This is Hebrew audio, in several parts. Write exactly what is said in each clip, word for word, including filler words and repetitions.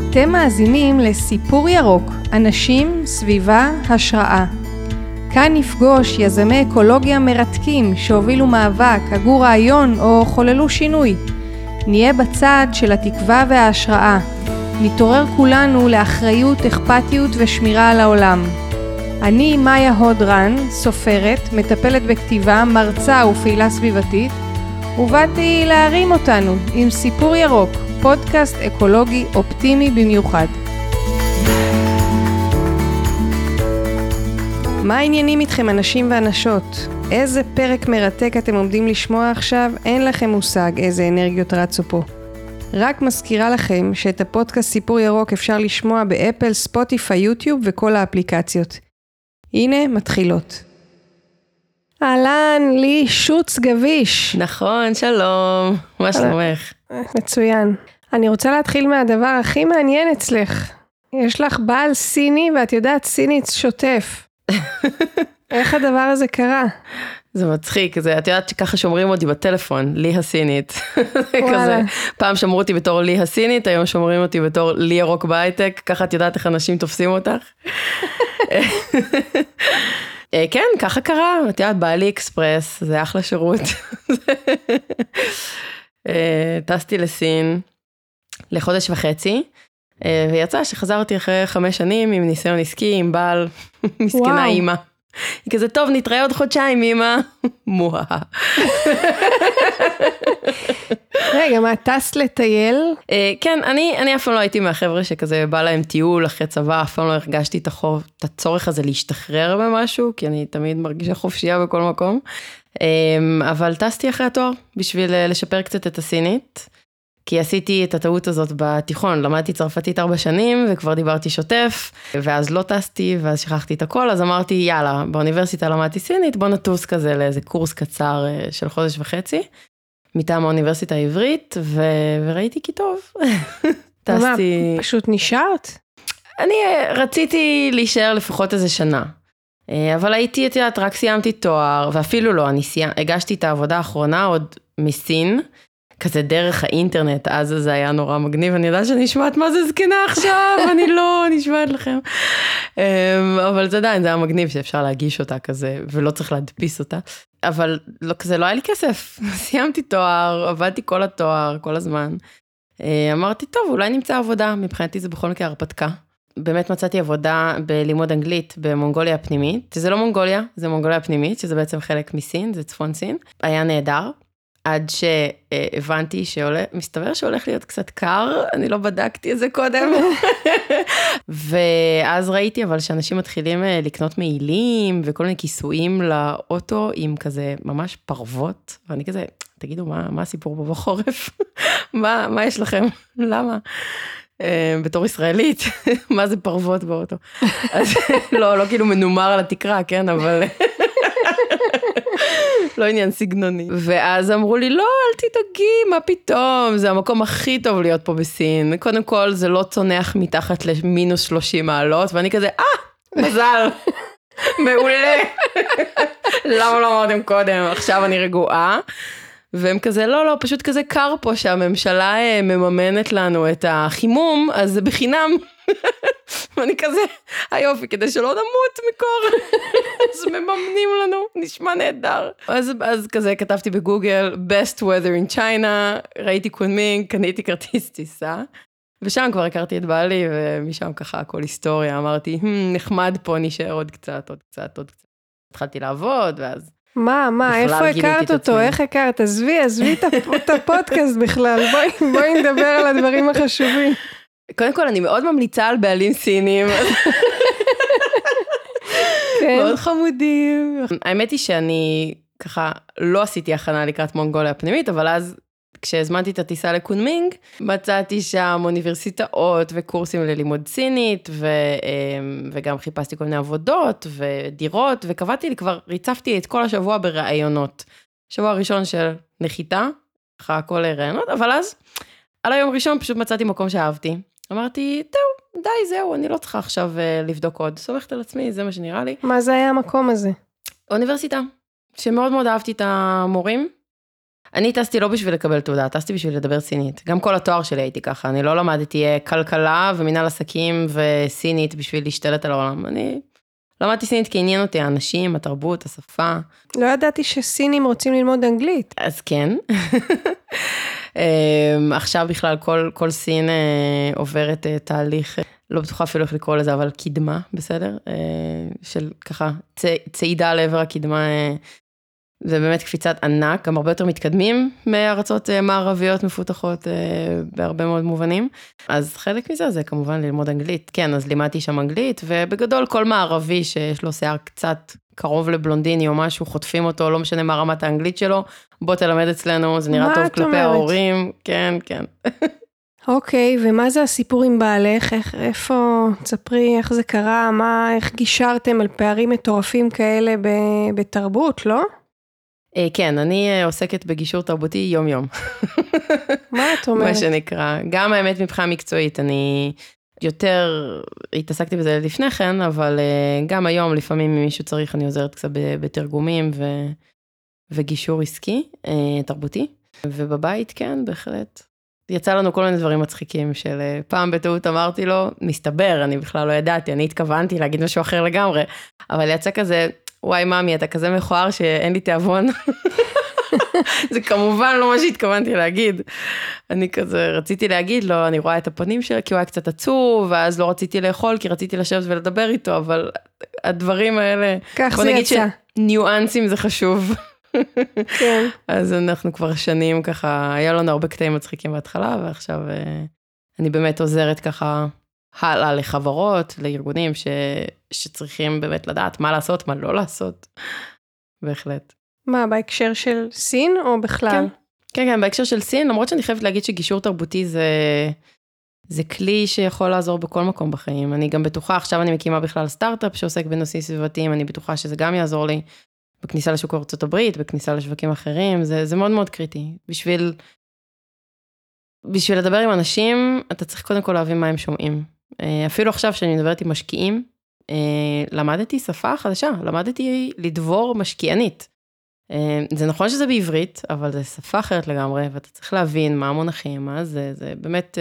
אתם מאזינים לסיפור ירוק, אנשים, סביבה, השראה. כאן נפגוש יזמי אקולוגיה מרתקים שהובילו מאבק, הגו רעיון או חוללו שינוי. נהיה בצד של התקווה וההשראה. נתעורר כולנו לאחריות, אכפתיות ושמירה על העולם. אני מאיה הודרן, סופרת, מטפלת בכתיבה, מרצה ופעילה סביבתית, ובאתי להרים אותנו עם סיפור ירוק, פודקאסט אקולוגי אופטימי במיוחד. מה העניינים איתכם אנשים ואנשות? איזה פרק מרתק אתם עומדים לשמוע עכשיו? אין לכם מושג איזה אנרגיות רצו פה. רק מזכירה לכם שאת הפודקאסט סיפור ירוק אפשר לשמוע באפל, ספוטיפיי, יוטיוב וכל האפליקציות. הנה, מתחילות. אהלן, לי שוץ גביש. נכון, שלום. מה שלומך? מצוין. אני רוצה להתחיל מהדבר הכי מעניין אצלך. יש לך בעל סיני ואת יודעת סינית שוטף. איך הדבר הזה קרה? זה מצחיק, זה, את יודעת שככה שומרים אותי בטלפון, לי הסינית. כזה, פעם שמרו אותי בתור לי הסינית, היום שומרים אותי בתור לי ירוק בהייטק, ככה את יודעת איך אנשים תופסים אותך. כן, ככה קרה, את יודעת, בעלי אקספרס, זה אחלה שירות. טסתי לסין לחודש וחצי, ויצא שחזרתי אחרי חמש שנים עם ניסיון עסקי, עם בעל, מסכנה אימא. היא כזה, טוב, נתראה עוד חודשיים, אימא. מוהה. רגע, מה, טס לטייל? כן, אני, אני אף פעם לא הייתי מהחבר'ה שכזה בא להם טיול אחרי צבא, אף פעם לא הרגשתי את החוב, את הצורך הזה להשתחרר במשהו, כי אני תמיד מרגישה חופשייה בכל מקום. אבל טסתי אחרי התואר, בשביל לשפר קצת את הסינית. כי עשיתי את הטעות הזאת בתיכון, למדתי צרפתית ארבע שנים, וכבר דיברתי שוטף, ואז לא טסתי, ואז שכחתי את הכל, אז אמרתי, יאללה, באוניברסיטה למדתי סינית, בוא נטוס כזה לאיזה קורס קצר של חודש וחצי, מטעם האוניברסיטה העברית, ו... וראיתי כי טוב. טסתי... מה, פשוט נשארת? אני רציתי להישאר לפחות איזה שנה, אבל הייתי, את יודעת, רק סיימתי תואר, ואפילו לא, אני סיימ... הגשתי את העבודה האחרונה עוד מסין, כזה דרך האינטרנט, אז זה היה נורא מגניב, אני יודעת שאני נשמעת מה זה זקנה עכשיו, אני לא נשמעת לכם. אבל זה עדיין, זה היה מגניב שאפשר להגיש אותה כזה, ולא צריך להדפיס אותה. אבל לא, כזה לא היה לי כסף. סיימתי תואר, עבדתי כל התואר, כל הזמן. אמרתי, טוב, אולי נמצא עבודה, מבחינתי זה בכל מקרה הרפתקה. באמת מצאתי עבודה בלימוד אנגלית במונגוליה הפנימית. זה לא מונגוליה, זה מונגוליה הפנימית, שזה בעצם חלק מסין, זה צפון סין. היה נהדר. עד שהבנתי שעולה, מסתבר שהולך להיות קצת קר, אני לא בדקתי את זה קודם. ואז ראיתי אבל שאנשים מתחילים לקנות מעילים, וכל מיני כיסויים לאוטו, עם כזה ממש פרוות, ואני כזה, תגידו, מה, מה הסיפור פה בחורף? מה, מה יש לכם? למה? בתור ישראלית, מה זה פרוות באוטו? אז לא, לא כאילו מנומר על התקרה, כן, אבל... לא עניין סגנוני. ואז אמרו לי, לא, אל תדאגי, מה פתאום, זה המקום הכי טוב להיות פה בסין. קודם כל, זה לא צונח מתחת למינוס שלושים מעלות, ואני כזה, אה, מזל, מעולה. למה לא אמרתם קודם? עכשיו אני רגועה. והם כזה, לא, לא, פשוט כזה קר פה, שהממשלה מממנת לנו את החימום, אז זה בחינם. ואני כזה, היופי, כדי שלא נמות מקור, אז מממנים לנו, נשמע נהדר. אז, אז כזה כתבתי בגוגל, best weather in China, ראיתי קונמינג, קניתי כרטיס טיסה, ושם כבר הכרתי את בעלי, ומשם ככה הכל היסטוריה, אמרתי, hmm, נחמד פה, נשאר עוד קצת, עוד קצת, עוד קצת. התחלתי לעבוד, ואז... מה, מה, איפה הכרת אותו? איך הכרת? עזבי, עזבי את הפודקאסט בכלל, בואי, בואי נדבר על הדברים החשובים. קודם כל, אני מאוד ממליצה על בעלים סינים. מאוד חמודים. האמת היא שאני ככה לא עשיתי הכנה לקראת מונגוליה הפנימית, אבל אז כשהזמנתי את הטיסה לקונמינג, מצאתי שם אוניברסיטאות וקורסים ללימוד סינית, ו, וגם חיפשתי כל מיני עבודות ודירות, וקבעתי לי כבר, ריצפתי את כל השבוע ברעיונות. שבוע הראשון של נחיתה, אחר כל רעיונות, אבל אז, על היום הראשון פשוט מצאתי מקום שאהבתי. אמרתי, טוב, די, זהו, אני לא צריכה עכשיו לבדוק עוד. סומכת על עצמי, זה מה שנראה לי. מה זה היה המקום הזה? אוניברסיטה, שמאוד מאוד אהבתי את המורים, אני טסתי לא בשביל לקבל תעודה, טסתי בשביל לדבר סינית. גם כל התואר שלי הייתי ככה, אני לא למדתי כלכלה ומנהל עסקים וסינית בשביל להשתלט על העולם. אני למדתי סינית כי עניין אותי, האנשים, התרבות, השפה. לא ידעתי שסינים רוצים ללמוד אנגלית. אז כן. עכשיו בכלל כל, כל סין עוברת תהליך, לא בטוחה אפילו איך לקרוא לזה, אבל קדמה, בסדר? של ככה, צעידה לעבר הקדמה, זה באמת קפיצת ענק, גם הרבה יותר מתקדמים מארצות מערביות מפותחות בהרבה מאוד מובנים. אז חלק מזה זה כמובן ללמוד אנגלית. כן, אז לימדתי שם אנגלית, ובגדול כל מערבי שיש לו שיער קצת קרוב לבלונדיני או משהו, חוטפים אותו, לא משנה מה רמת האנגלית שלו, בוא תלמד אצלנו, זה נראה טוב כלפי ההורים. כן, כן. אוקיי, ומה זה הסיפור עם בעלך? איך, איפה, תספרי איך זה קרה, מה, איך גישרתם על פערים מטורפים כאלה בתרבות, לא? כן, אני עוסקת בגישור תרבותי יום-יום. מה את אומרת? מה שנקרא. גם האמת מבחינה מקצועית, אני יותר התעסקתי בזה לפני כן, אבל גם היום לפעמים אם מישהו צריך, אני עוזרת קצת בתרגומים ו... וגישור עסקי, תרבותי. ובבית, כן, בהחלט. יצא לנו כל מיני דברים מצחיקים של פעם בטעות אמרתי לו, מסתבר, אני בכלל לא ידעתי, אני התכוונתי להגיד משהו אחר לגמרי, אבל יצא כזה, וואי ממי, אתה כזה מכוער שאין לי תיאבון. זה כמובן לא מה שהתכוונתי להגיד. אני כזה, רציתי להגיד לו, אני רואה את הפנים שלו, כי הוא היה קצת עצוב, ואז לא רציתי לאכול, כי רציתי לשבת ולדבר איתו, אבל הדברים האלה, כך זה יצא. שניואנסים זה חשוב. כן. אז אנחנו כבר שנים ככה, היה לנו הרבה קטעים מצחיקים בהתחלה, ועכשיו אני באמת עוזרת ככה הלאה לחברות, לארגונים ש, שצריכים באמת לדעת מה לעשות, מה לא לעשות. בהחלט. מה, בהקשר של סין או בכלל? כן, כן, כן, בהקשר של סין, למרות שאני חייבת להגיד שגישור תרבותי זה, זה כלי שיכול לעזור בכל מקום בחיים. אני גם בטוחה, עכשיו אני מקימה בכלל סטארט-אפ שעוסק בנושאים סביבתיים, אני בטוחה שזה גם יעזור לי. בכניסה לשוק ארצות הברית, בכניסה לשווקים אחרים, זה, זה מאוד מאוד קריטי. בשביל, בשביל לדבר עם אנשים, אתה צריך קודם כל להבין מה הם שומעים. אפילו עכשיו שאני מדברת עם משקיעים, למדתי שפה חדשה, למדתי לדבור משקיענית. זה נכון שזה בעברית, אבל זה שפה אחרת לגמרי, ואתה צריך להבין מה המונחים, מה זה, זה באמת,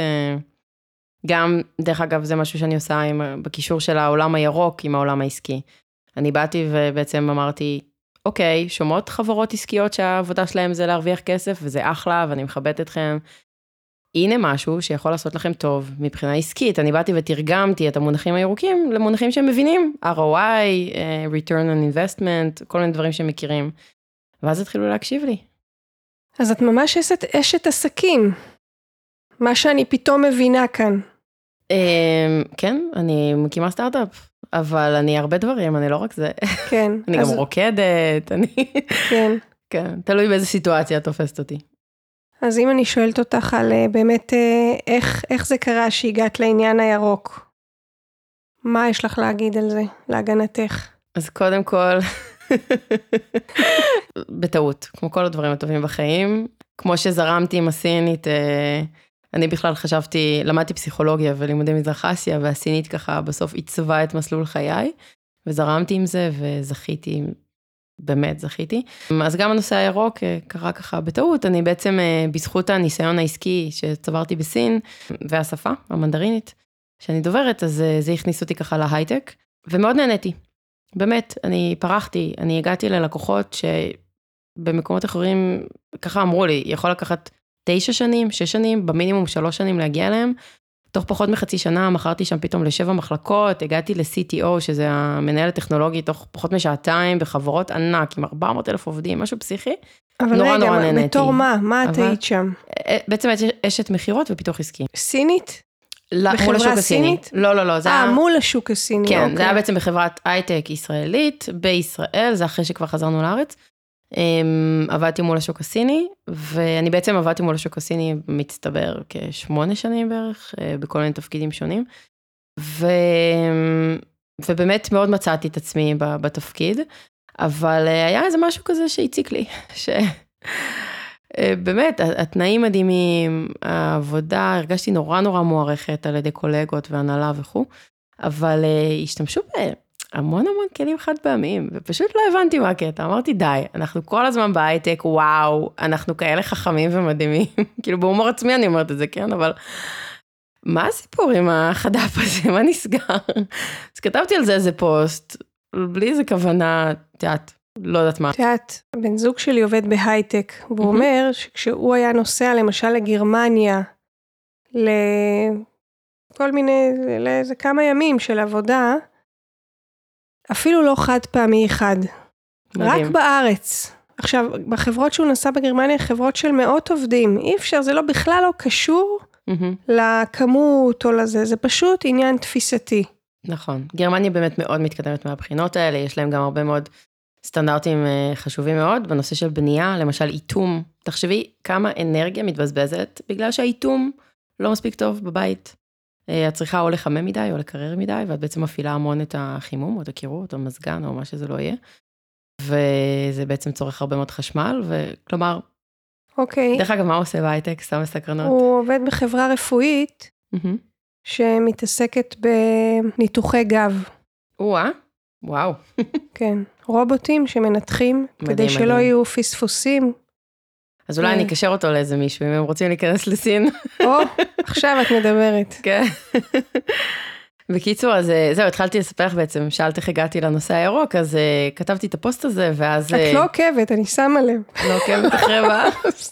גם, דרך אגב, זה משהו שאני עושה עם, בקישור של העולם הירוק, עם העולם העסקי. אני באתי ובעצם אמרתי, אוקיי, שומעות חברות עסקיות שהעבודה שלהם זה להרוויח כסף, וזה אחלה, ואני מכבדת אתכם. הנה משהו שיכול לעשות לכם טוב מבחינה עסקית. אני באתי ותרגמתי את המונחים הירוקים למונחים שהם מבינים, אר או איי, return on investment, כל מיני דברים שהם מכירים. ואז התחילו להקשיב לי. אז את ממש אשת, אשת עסקים. מה שאני פתאום מבינה כאן. כן, אני מקימה סטארט-אפ. אבל אני הרבה דברים, אני לא רק זה. כן. אני אז... גם רוקדת, אני... כן. כן, תלוי באיזה סיטואציה תופסת אותי. אז אם אני שואלת אותך על באמת, איך, איך זה קרה שהגעת לעניין הירוק? מה יש לך להגיד על זה, להגנתך? אז קודם כל, בטעות, כמו כל הדברים הטובים בחיים, כמו שזרמתי עם הסינית, אני בכלל חשבתי, למדתי פסיכולוגיה ולימודי מזרח אסיה, והסינית ככה בסוף עיצבה את מסלול חיי, וזרמתי עם זה וזכיתי, באמת זכיתי. אז גם הנושא הירוק קרה ככה בטעות, אני בעצם בזכות הניסיון העסקי שצברתי בסין, והשפה המנדרינית שאני דוברת, אז זה הכניס אותי ככה להייטק, ומאוד נהניתי. באמת, אני פרחתי, אני הגעתי ללקוחות שבמקומות אחרים ככה אמרו לי, יכול לקחת תשע שנים, שש שנים, במינימום שלוש שנים להגיע אליהם. תוך פחות מחצי שנה, מכרתי שם פתאום לשבע מחלקות, הגעתי ל-סי טי או, שזה המנהל הטכנולוגי, תוך פחות משעתיים, בחברות ענק, עם ארבע מאות אלף עובדים, משהו פסיכי. נורא רגע, נורא נהניתי. אבל בתור מה? מה את היית שם? בעצם אשת מחירות ופיתוח עסקי. סינית? מול השוק הסיני. לא, לא, לא. אה, מול השוק הסיני. כן, זה היה בעצם בחברת הייטק ישראלית, בישראל, זה אחרי שכבר חזרנו לארץ. עבדתי מול השוק הסיני, ואני בעצם עבדתי מול השוק הסיני מצטבר כשמונה שנים בערך, בכל מיני תפקידים שונים, ו... ובאמת מאוד מצאתי את עצמי בתפקיד, אבל היה איזה משהו כזה שהציק לי, שבאמת, התנאים מדהימים, העבודה, הרגשתי נורא נורא מוערכת על ידי קולגות והנהלה וכו', אבל השתמשו ב... המון המון כלים חד פעמיים, ופשוט לא הבנתי מה הקטע, אמרתי די, אנחנו כל הזמן בהייטק, וואו, אנחנו כאלה חכמים ומדהימים, כאילו בהומור עצמי אני אומרת את זה, כן, אבל מה הסיפור עם החדף הזה, מה נסגר? אז כתבתי על זה איזה פוסט, בלי איזה כוונה, תיאת, לא יודעת מה. תיאת, בן זוג שלי עובד בהייטק, והוא אומר שכשהוא היה נוסע למשל לגרמניה, לכל מיני, לאיזה כמה ימים של עבודה, אפילו לא חד פעמי אחד, מדהים. רק בארץ. עכשיו, בחברות שהוא נסע בגרמניה, חברות של מאות עובדים, אי אפשר, זה לא בכלל לא קשור mm-hmm. לכמות או לזה, זה פשוט עניין תפיסתי. נכון, גרמניה באמת מאוד מתקדמת מהבחינות האלה, יש להם גם הרבה מאוד סטנדרטים חשובים מאוד, בנושא של בנייה, למשל איתום, תחשבי כמה אנרגיה מתבזבזת, בגלל שהאיתום לא מספיק טוב בבית, את צריכה או לחמם מדי או לקרר מדי, ואת בעצם מפעילה המון את החימום, או את הקירות, או מזגן, או מה שזה לא יהיה, וזה בעצם צורך הרבה מאוד חשמל, וכלומר, אוקיי. דרך אגב, מה הוא עושה בהייטק? סתם מסקרנות. הוא עובד בחברה רפואית, שמתעסקת בניתוחי גב. וואה, וואו. כן, רובוטים שמנתחים, כדי שלא יהיו פספוסים. אז אולי אני אקשר אותו לאיזה מישהו, אם הם רוצים להיכנס לסין. או, עכשיו את מדברת. כן. בקיצור, אז זהו, התחלתי לספר לך בעצם, שאלת איך הגעתי לנושא הירוק, אז כתבתי את הפוסט הזה, ואז... את לא עוקבת, אני שמה לב. לא עוקבת אחרי מה?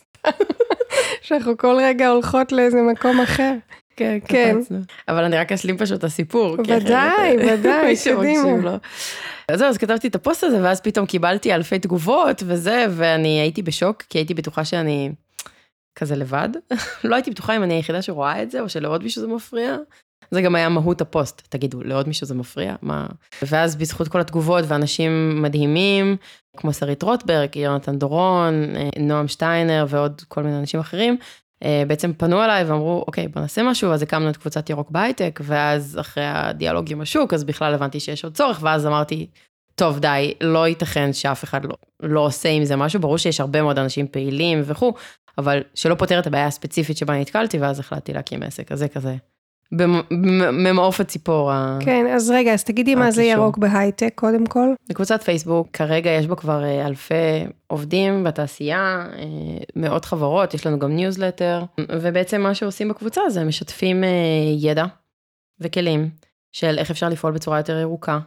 שאנחנו כל רגע הולכות לאיזה מקום אחר. כן, כן. אבל אני רק אשלים פשוט את הסיפור. ודאי, ודאי, שדימו. אז זהו, אז כתבתי את הפוסט הזה, ואז פתאום קיבלתי אלפי תגובות וזה, ואני הייתי בשוק, כי הייתי בטוחה שאני כזה לבד. לא הייתי בטוחה אם אני היחידה שרואה את זה, או שלעוד מישהו זה מפריע. זה גם היה מהות הפוסט, תגידו, לעוד מישהו זה מפריע? מה? ואז בזכות כל התגובות, ואנשים מדהימים, כמו שרית רוטברג, יונתן דורון, נועם שטיינר, ועוד כל מיני אנשים אחרים, בעצם פנו אליי ואמרו, אוקיי, בוא נעשה משהו, אז הקמנו את קבוצת ירוק בהייטק, ואז אחרי הדיאלוג עם השוק, אז בכלל הבנתי שיש עוד צורך, ואז אמרתי, טוב, די, לא ייתכן שאף אחד לא, לא עושה עם זה משהו, ברור שיש הרבה מאוד אנשים פעילים וכו', אבל שלא פותר את הבעיה הספציפית שבה נתקלתי, ואז החלטתי להקים עסק, אז זה כזה, ממעוף הציפור. כן, אז רגע, אז תגידי מה זה ירוק בהייטק, קודם כל. בקבוצת פייסבוק, כרגע יש בה כבר אלפי עובדים בתעשייה, מאות חברות, יש לנו גם ניוזלטר, ובעצם מה שעושים בקבוצה זה משתפים ידע וכלים של איך אפשר לפעול בצורה יותר ירוקה,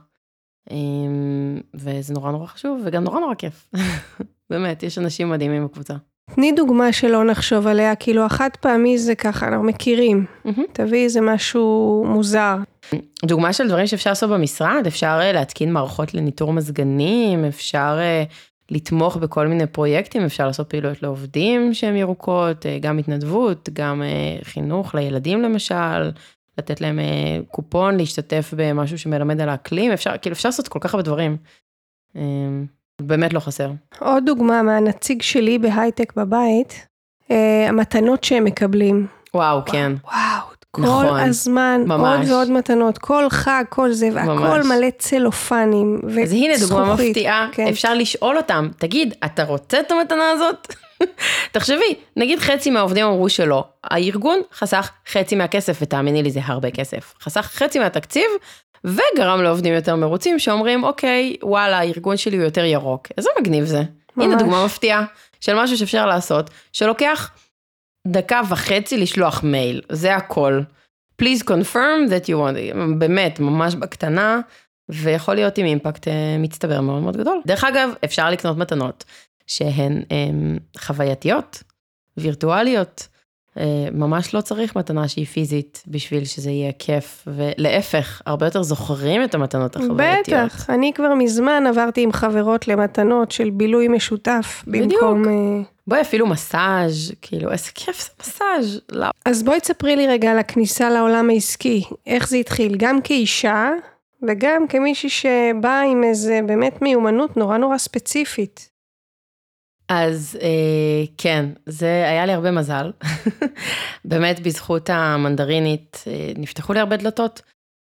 וזה נורא נורא חשוב, וגם נורא נורא כיף. באמת, יש אנשים מדהימים בקבוצה. תני דוגמה שלא נחשוב עליה, כאילו החד פעמי זה ככה, אנחנו מכירים. תביא איזה משהו מוזר. דוגמה של דברים שאפשר לעשות במשרד, אפשר להתקין מערכות לניטור מזגנים, אפשר לתמוך בכל מיני פרויקטים, אפשר לעשות פעילויות לעובדים שהן ירוקות, גם התנדבות, גם חינוך לילדים למשל, לתת להם קופון, להשתתף במשהו שמלמד על האקלים, אפשר, כאילו אפשר לעשות כל כך הרבה דברים. באמת לא חסר. עוד דוגמה מהנציג שלי בהייטק בבית, המתנות שהם מקבלים. וואו, כן. וואו, כל הזמן, עוד ועוד מתנות, כל חג, כל זה, והכל מלא צלופנים וזכוכית. אז הנה דוגמה מפתיעה, אפשר לשאול אותם, תגיד, אתה רוצה את המתנה הזאת? תחשבי, נגיד חצי מהעובדים אמרו שלא, הארגון חסך חצי מהכסף, ותאמיני לי זה הרבה כסף, חסך חצי מהתקציב, וגרם לעובדים יותר מרוצים, שאומרים, אוקיי, וואלה, הארגון שלי הוא יותר ירוק. איזה מגניב זה. ממש. הנה דוגמה מפתיעה של משהו שאפשר לעשות, שלוקח דקה וחצי לשלוח מייל. זה הכל. Please confirm that you want. באמת, ממש בקטנה, ויכול להיות עם אימפקט מצטבר מאוד מאוד גדול. דרך אגב, אפשר לקנות מתנות, שהן הם, חווייתיות, וירטואליות, ממש לא צריך מתנה שהיא פיזית, בשביל שזה יהיה כיף, ולהפך, הרבה יותר זוכרים את המתנות החווייתיות. בטח, אני כבר מזמן עברתי עם חברות למתנות של בילוי משותף, במקום... בואי אפילו מסאז', כאילו, איזה כיף זה מסאז'. אז בואי תספרי לי רגע על הכניסה לעולם העסקי, איך זה התחיל, גם כאישה, וגם כמישהי שבאה עם איזה באמת מיומנות נורא נורא ספציפית. אז כן, זה היה לי הרבה מזל, באמת בזכות המנדרינית נפתחו לי הרבה דלתות,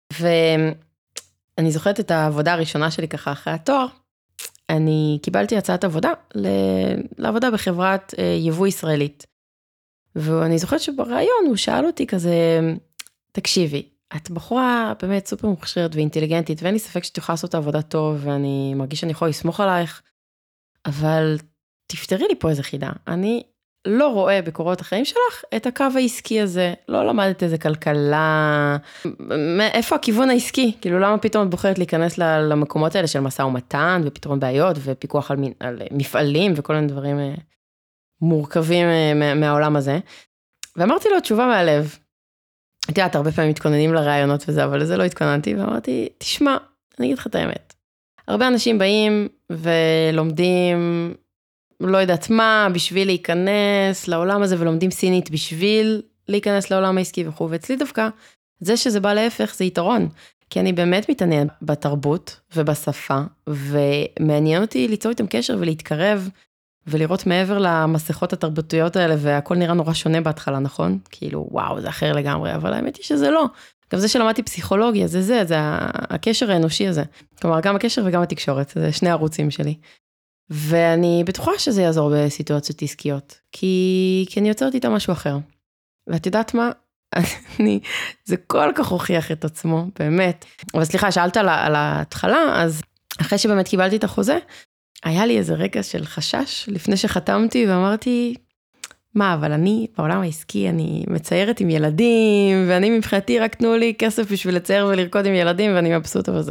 ואני זוכרת את העבודה הראשונה שלי ככה אחרי התואר, אני קיבלתי הצעת עבודה לעבודה בחברת יבוא ישראלית, ואני זוכרת שברעיון הוא שאל אותי כזה, תקשיבי, את בחורה באמת סופר מוכשרת ואינטליגנטית, ואין לי ספק שתוכל לעשות את העבודה טוב, ואני מרגיש שאני יכולה לסמוך עלייך, אבל תפתרי לי פה איזה חידה. אני לא רואה בקורות החיים שלך את הקו העסקי הזה, לא למדת איזה כלכלה, איפה הכיוון העסקי? כאילו למה פתאום את בוחרת להיכנס למקומות האלה של משא ומתן, ופתרון בעיות, ופיקוח על, על מפעלים, וכל מיני דברים מורכבים מהעולם הזה. ואמרתי לו תשובה מהלב, הייתי יודעת, הרבה פעמים מתכוננים לרעיונות וזה, אבל לזה לא התכוננתי, ואמרתי, תשמע, אני אגיד לך את האמת. הרבה אנשים באים ולומדים, לא יודעת מה, בשביל להיכנס לעולם הזה, ולומדים סינית בשביל להיכנס לעולם העסקי וכו', ואצלי דווקא, זה שזה בא להפך, זה יתרון, כי אני באמת מתעניין בתרבות ובשפה, ומעניין אותי ליצור איתם קשר ולהתקרב, ולראות מעבר למסכות התרבותיות האלה, והכל נראה נורא שונה בהתחלה, נכון? כאילו, וואו, זה אחר לגמרי, אבל האמת היא שזה לא. גם זה שלמדתי פסיכולוגיה, זה זה, זה הקשר האנושי הזה. כלומר, גם הקשר וגם התקשורת, זה שני ערוצים שלי. ואני בטוחה שזה יעזור בסיטואציות עסקיות, כי, כי אני יוצרת איתה משהו אחר. ואת יודעת מה? אני, זה כל כך הוכיח את עצמו, באמת. אבל סליחה, שאלת על, על ההתחלה, אז אחרי שבאמת קיבלתי את החוזה, היה לי איזה רגע של חשש, לפני שחתמתי, ואמרתי, מה, אבל אני, בעולם העסקי, אני מציירת עם ילדים, ואני מבחינתי רק תנו לי כסף בשביל לצייר ולרקוד עם ילדים, ואני מבסוטה בזה.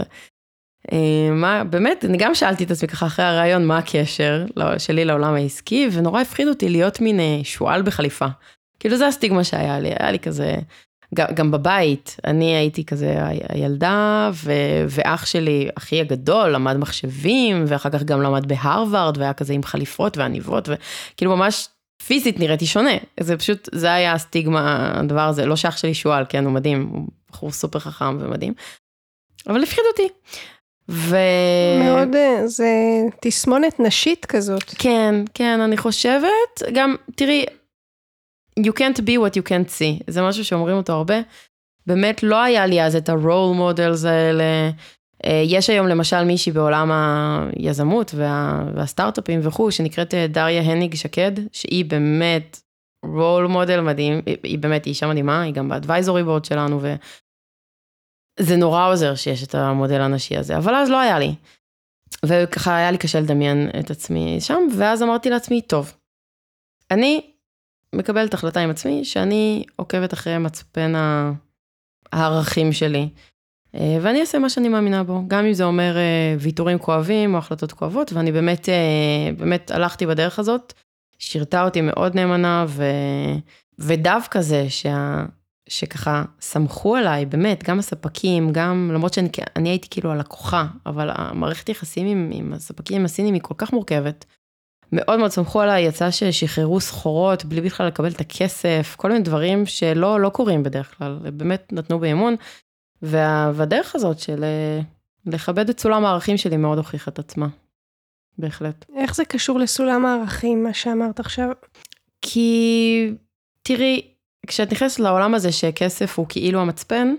מה, באמת, אני גם שאלתי את עצמי ככה אחרי הרעיון, מה הקשר שלי לעולם העסקי, ונורא הפחיד אותי להיות מין שואל בחליפה. כאילו זה הסטיגמה שהיה לי, היה לי כזה, גם, גם בבית, אני הייתי כזה הילדה, ו, ואח שלי, אחי הגדול, למד מחשבים, ואחר כך גם למד בהרווארד, והיה כזה עם חליפות ועניבות, וכאילו ממש פיזית נראיתי שונה. זה פשוט, זה היה הסטיגמה, הדבר הזה, לא שאח שלי שואל, כן, הוא מדהים, הוא בחור סופר חכם ומדהים, אבל הפחיד אותי. ו... מאוד, זה תסמונת נשית כזאת. כן, כן, אני חושבת, גם, תראי, you can't be what you can't see, זה משהו שאומרים אותו הרבה, באמת לא היה לי אז את ה-role models האלה, יש היום למשל מישהי בעולם היזמות וה... והסטארט-אפים וכו', שנקראת דריה הניג שקד, שהיא באמת role model מדהים, היא באמת, היא אישה מדהימה, היא גם ב-advisory board שלנו, ו... זה נורא עוזר שיש את המודל הנשי הזה, אבל אז לא היה לי. וככה היה לי קשה לדמיין את עצמי שם, ואז אמרתי לעצמי, טוב, אני מקבלת החלטה עם עצמי, שאני עוקבת אחרי מצפן הערכים שלי, ואני אעשה מה שאני מאמינה בו, גם אם זה אומר ויתורים כואבים או החלטות כואבות, ואני באמת, באמת הלכתי בדרך הזאת, שירתה אותי מאוד נאמנה, ו... ודווקא זה שה... שככה סמכו עליי, באמת, גם הספקים, גם, למרות שאני אני הייתי כאילו הלקוחה, אבל המערכת יחסים עם, עם הספקים הסינים היא כל כך מורכבת, מאוד מאוד סמכו עליי, יצא ששחררו סחורות, בלי בכלל לקבל את הכסף, כל מיני דברים שלא לא קורים בדרך כלל, באמת נתנו באמון, וה, והדרך הזאת של לכבד את סולם הערכים שלי מאוד הוכיחה את עצמה, בהחלט. איך זה קשור לסולם הערכים, מה שאמרת עכשיו? כי, תראי, כשאת נכנסת לעולם הזה שכסף הוא כאילו המצפן,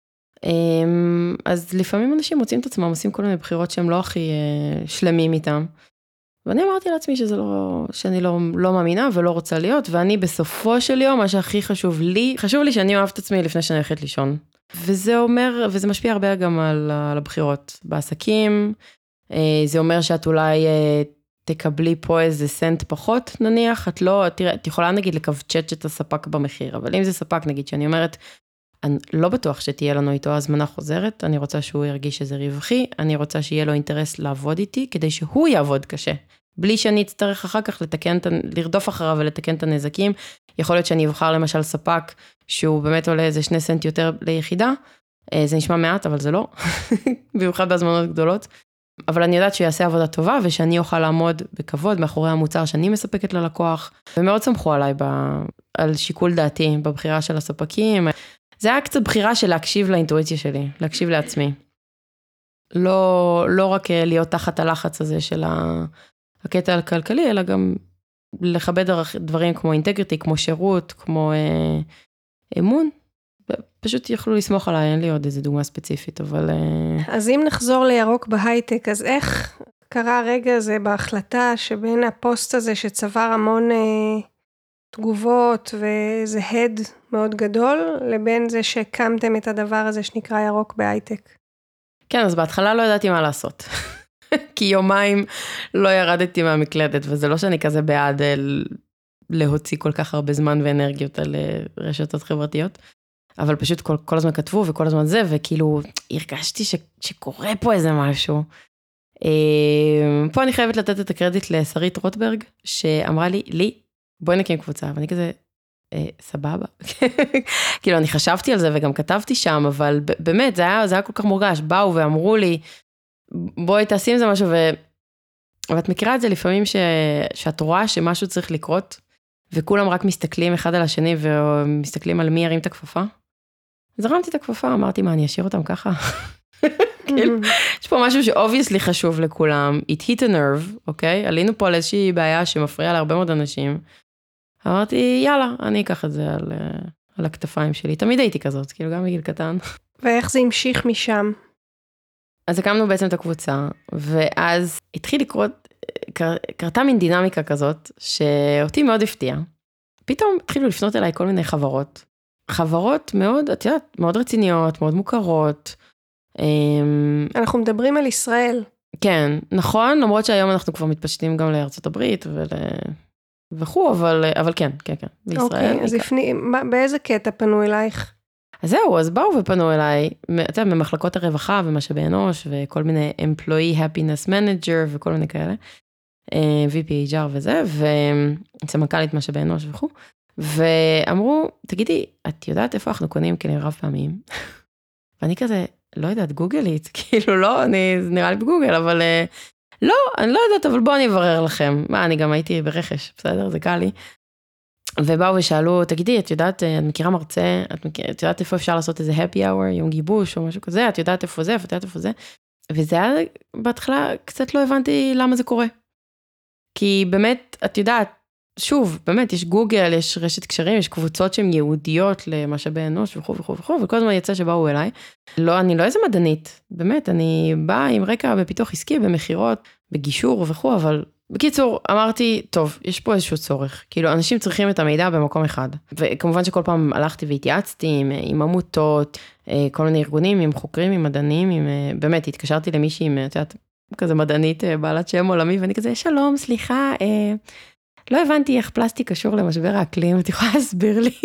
אז לפעמים אנשים מוצאים את עצמם, עושים כל מיני בחירות שהם לא הכי שלמים איתם. ואני אמרתי לעצמי שזה לא, שאני לא, לא מאמינה ולא רוצה להיות, ואני בסופו של יום, מה שהכי חשוב לי, חשוב לי שאני אוהב את עצמי לפני שאני הולכת לישון. וזה אומר, וזה משפיע הרבה גם על, על הבחירות בעסקים, זה אומר שאת אולי תקבלי פה איזה סנט פחות, נניח, את לא, תראה, את יכולה נגיד לקבצ'ץ' את הספק במחיר, אבל אם זה ספק, נגיד, שאני אומרת, אני לא בטוח שתהיה לנו איתו הזמנה חוזרת, אני רוצה שהוא ירגיש שזה רווחי, אני רוצה שיהיה לו אינטרס לעבוד איתי, כדי שהוא יעבוד קשה, בלי שאני אצטרך אחר כך לתקן, לרדוף אחריו ולתקן את הנזקים, יכול להיות שאני אבחר למשל ספק, שהוא באמת עולה איזה שני סנט יותר ליחידה, זה נשמע מעט, אבל זה לא, במיוחד בהזמנות גדולות, אבל אני יודעת שהוא יעשה עבודה טובה, ושאני אוכל לעמוד בכבוד מאחורי המוצר שאני מספקת ללקוח, ומאוד סמכו עליי ב... על שיקול דעתי בבחירה של הספקים. זה היה קצת בחירה של להקשיב לאינטואיציה שלי, להקשיב לעצמי. לא, לא רק להיות תחת הלחץ הזה של הקטע הכלכלי, אלא גם לכבד דברים כמו אינטגריטי, כמו שירות, כמו אה, אמון. פשוט יכלו לסמוך עליי, אין לי עוד איזה דוגמה ספציפית, אבל... אז אם נחזור לירוק בהייטק, אז איך קרה הרגע הזה בהחלטה שבין הפוסט הזה שצבר המון אה, תגובות ואיזה הד מאוד גדול, לבין זה שהקמתם את הדבר הזה שנקרא ירוק בהייטק. כן, אז בהתחלה לא ידעתי מה לעשות. כי יומיים לא ירדתי מהמקלדת, וזה לא שאני כזה בעד להוציא כל כך הרבה זמן ואנרגיות על רשתות חברתיות, אבל פשוט כל, כל הזמן כתבו וכל הזמן זה, וכאילו הרגשתי ש, שקורה פה איזה משהו. פה אני חייבת לתת את הקרדיט לשרית רוטברג, שאמרה לי, לי, בואי נקים קבוצה, ואני כזה, אה, סבבה. כאילו, אני חשבתי על זה וגם כתבתי שם, אבל באמת, זה היה, זה היה כל כך מורגש, באו ואמרו לי, בואי תעשי עם זה משהו, ו... ואת מכירה את זה לפעמים ש... שאת רואה שמשהו צריך לקרות, וכולם רק מסתכלים אחד על השני, ומסתכלים על מי ירים את הכפפה. אז הרמתי את הכפפה, אמרתי, מה, אני אשאיר אותם ככה? כאילו, יש פה משהו שאובייסלי חשוב לכולם, it hit a nerve, אוקיי? עלינו פה על איזושהי בעיה שמפריעה להרבה מאוד אנשים. אמרתי, יאללה, אני אקח את זה על, על הכתפיים שלי. תמיד הייתי כזאת, כאילו גם בגיל קטן. ואיך זה המשיך משם? אז הקמנו בעצם את הקבוצה, ואז התחיל לקרות, קר, קרתה מין דינמיקה כזאת, שאותי מאוד הפתיעה. פתאום התחילו לפנות אליי כל מיני חברות. חברות מאוד, את יודעת, מאוד רציניות, מאוד מוכרות. אנחנו מדברים על ישראל. כן, נכון, למרות שהיום אנחנו כבר מתפשטים גם לארצות הברית ול... וכו', אבל, אבל כן, כן, כן, בישראל. אוקיי, אז לפני, באיזה קטע פנו אלייך? אז זהו, אז באו ופנו אליי, אתה יודע, ממחלקות הרווחה ומשאבי אנוש, וכל מיני employee happiness manager וכל מיני כאלה, וי פי אייץ' אר וזה, וסמנכ"לית משאבי אנוש וכו', ואמרו, תגידי, את יודעת איפה אנחנו קונים כלים רב פעמיים? ואני כזה, לא יודעת, גוגלית, כאילו לא, אני, זה נראה לי בגוגל, אבל לא, אני לא יודעת, אבל בואו אני אברר לכם. מה, אני גם הייתי ברכש, בסדר, זה קל לי. ובאו ושאלו, תגידי, את יודעת, את מכירה מרצה, את, מכיר, את יודעת איפה אפשר לעשות איזה happy hour, יום גיבוש או משהו כזה, את יודעת איפה זה, את יודעת איפה זה. וזה היה, בהתחלה, קצת לא הבנתי למה זה קורה. כי באמת, את יודעת, שוב, באמת, יש גוגל, יש רשת קשרים, יש קבוצות שהן יהודיות למשאבי אנוש וכו' וכו' וכו', וכל הזמן יצא שבאו אליי. לא, אני לא איזה מדענית, באמת, אני באה עם רקע בפיתוח עסקי, במחירות, בגישור וכו', אבל בקיצור, אמרתי, טוב, יש פה איזשהו צורך, כאילו, אנשים צריכים את המידע במקום אחד, וכמובן שכל פעם הלכתי והתייעצתי עם, עם עמותות, כל מיני ארגונים, עם חוקרים, עם מדענים, עם, באמת, התקשרתי למישהי עם, את יודעת, כזה מדענית, בעלת שם עולמי, ואני כזה, שלום, סליחה, אה, לא הבנתי איך פלסטיק קשור למשבר האקלים, את יכולה להסביר לי?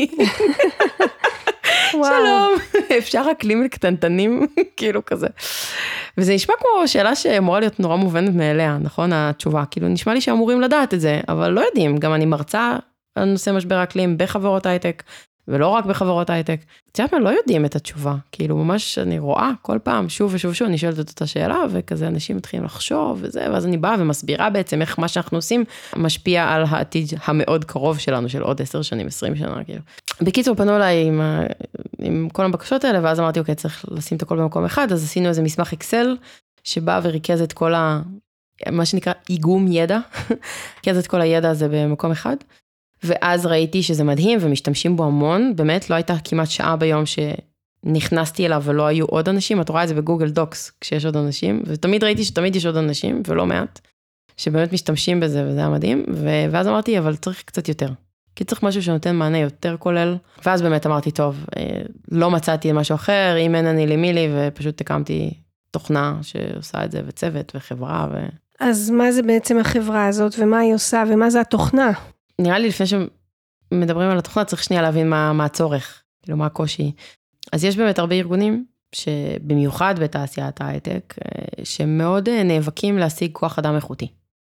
שלום, אפשר אקלים לקטנטנים, כאילו כזה. וזה נשמע כמו שאלה שאמורה להיות נורא מובנת מאליה, נכון, התשובה, כאילו נשמע לי שאמורים לדעת את זה, אבל לא יודעים, גם אני מרצה על נושא משבר האקלים בחברות הייטק, ולא רק בחברות הייטק. את יודעת מה, לא יודעים את התשובה, כאילו ממש אני רואה כל פעם, שוב ושוב ושוב, אני שואלת את אותה שאלה, וכזה אנשים מתחילים לחשוב וזה, ואז אני באה ומסבירה בעצם איך מה שאנחנו עושים, משפיע על העתיד המאוד קרוב שלנו, של עוד עשר שנים, עשרים שנה, כאילו. בקיצור, פנו אליי עם, עם כל הבקשות האלה, ואז אמרתי, אוקיי, צריך לשים את הכל במקום אחד, אז עשינו איזה מסמך אקסל, שבא וריכז את כל ה... מה שנקרא איגום ידע, ריכז את כל הידע הזה במקום אחד, ואז ראיתי שזה מדהים ומשתמשים בו המון, באמת לא הייתה כמעט שעה ביום שנכנסתי אליו ולא היו עוד אנשים, את רואה את זה בגוגל דוקס כשיש עוד אנשים, ותמיד ראיתי שתמיד יש עוד אנשים ולא מעט, שבאמת משתמשים בזה וזה היה מדהים, ואז אמרתי אבל צריך קצת יותר, כי צריך משהו שנותן מענה יותר כולל, ואז באמת אמרתי טוב, לא מצאתי משהו אחר, אם אין אני לי מי לי, ופשוט הקמתי תוכנה שעושה את זה וצוות וחברה. ו... אז מה זה בעצם החברה הזאת ומה היא עושה ומה זה התוכנה? נראה לי לפני שמדברים על התוכנה, צריך שנייה להבין מה, מה הצורך, כאילו מה הקושי. אז יש באמת הרבה ארגונים, שבמיוחד בתעשיית ההייטק, שמאוד נאבקים להשיג כוח אדם איכותי.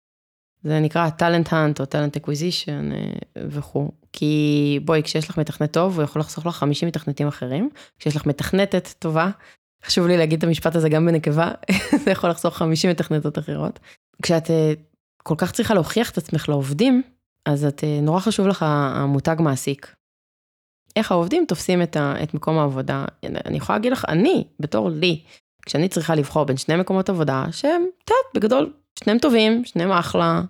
זה נקרא talent hunt או talent acquisition וכו'. כי בואי, כשיש לך מתכנת טוב, הוא יכול לחסוך לך חמישים מתכנתים אחרים. כשיש לך מתכנתת טובה, חשוב לי להגיד את המשפט הזה גם בנקבה, זה יכול לחסוך חמישים מתכנתות אחרות. כשאת כל כך צריכה להוכיח את עצמך לעובדים, אז את, נורא חשוב לך המותג מעסיק. איך העובדים תופסים את, ה, את מקום העבודה? אני יכולה להגיד לך, אני, בתור לי, כשאני צריכה לבחור בין שני מקומות עבודה, שהם, תת, בגדול, שניהם טובים, שניהם אחלה,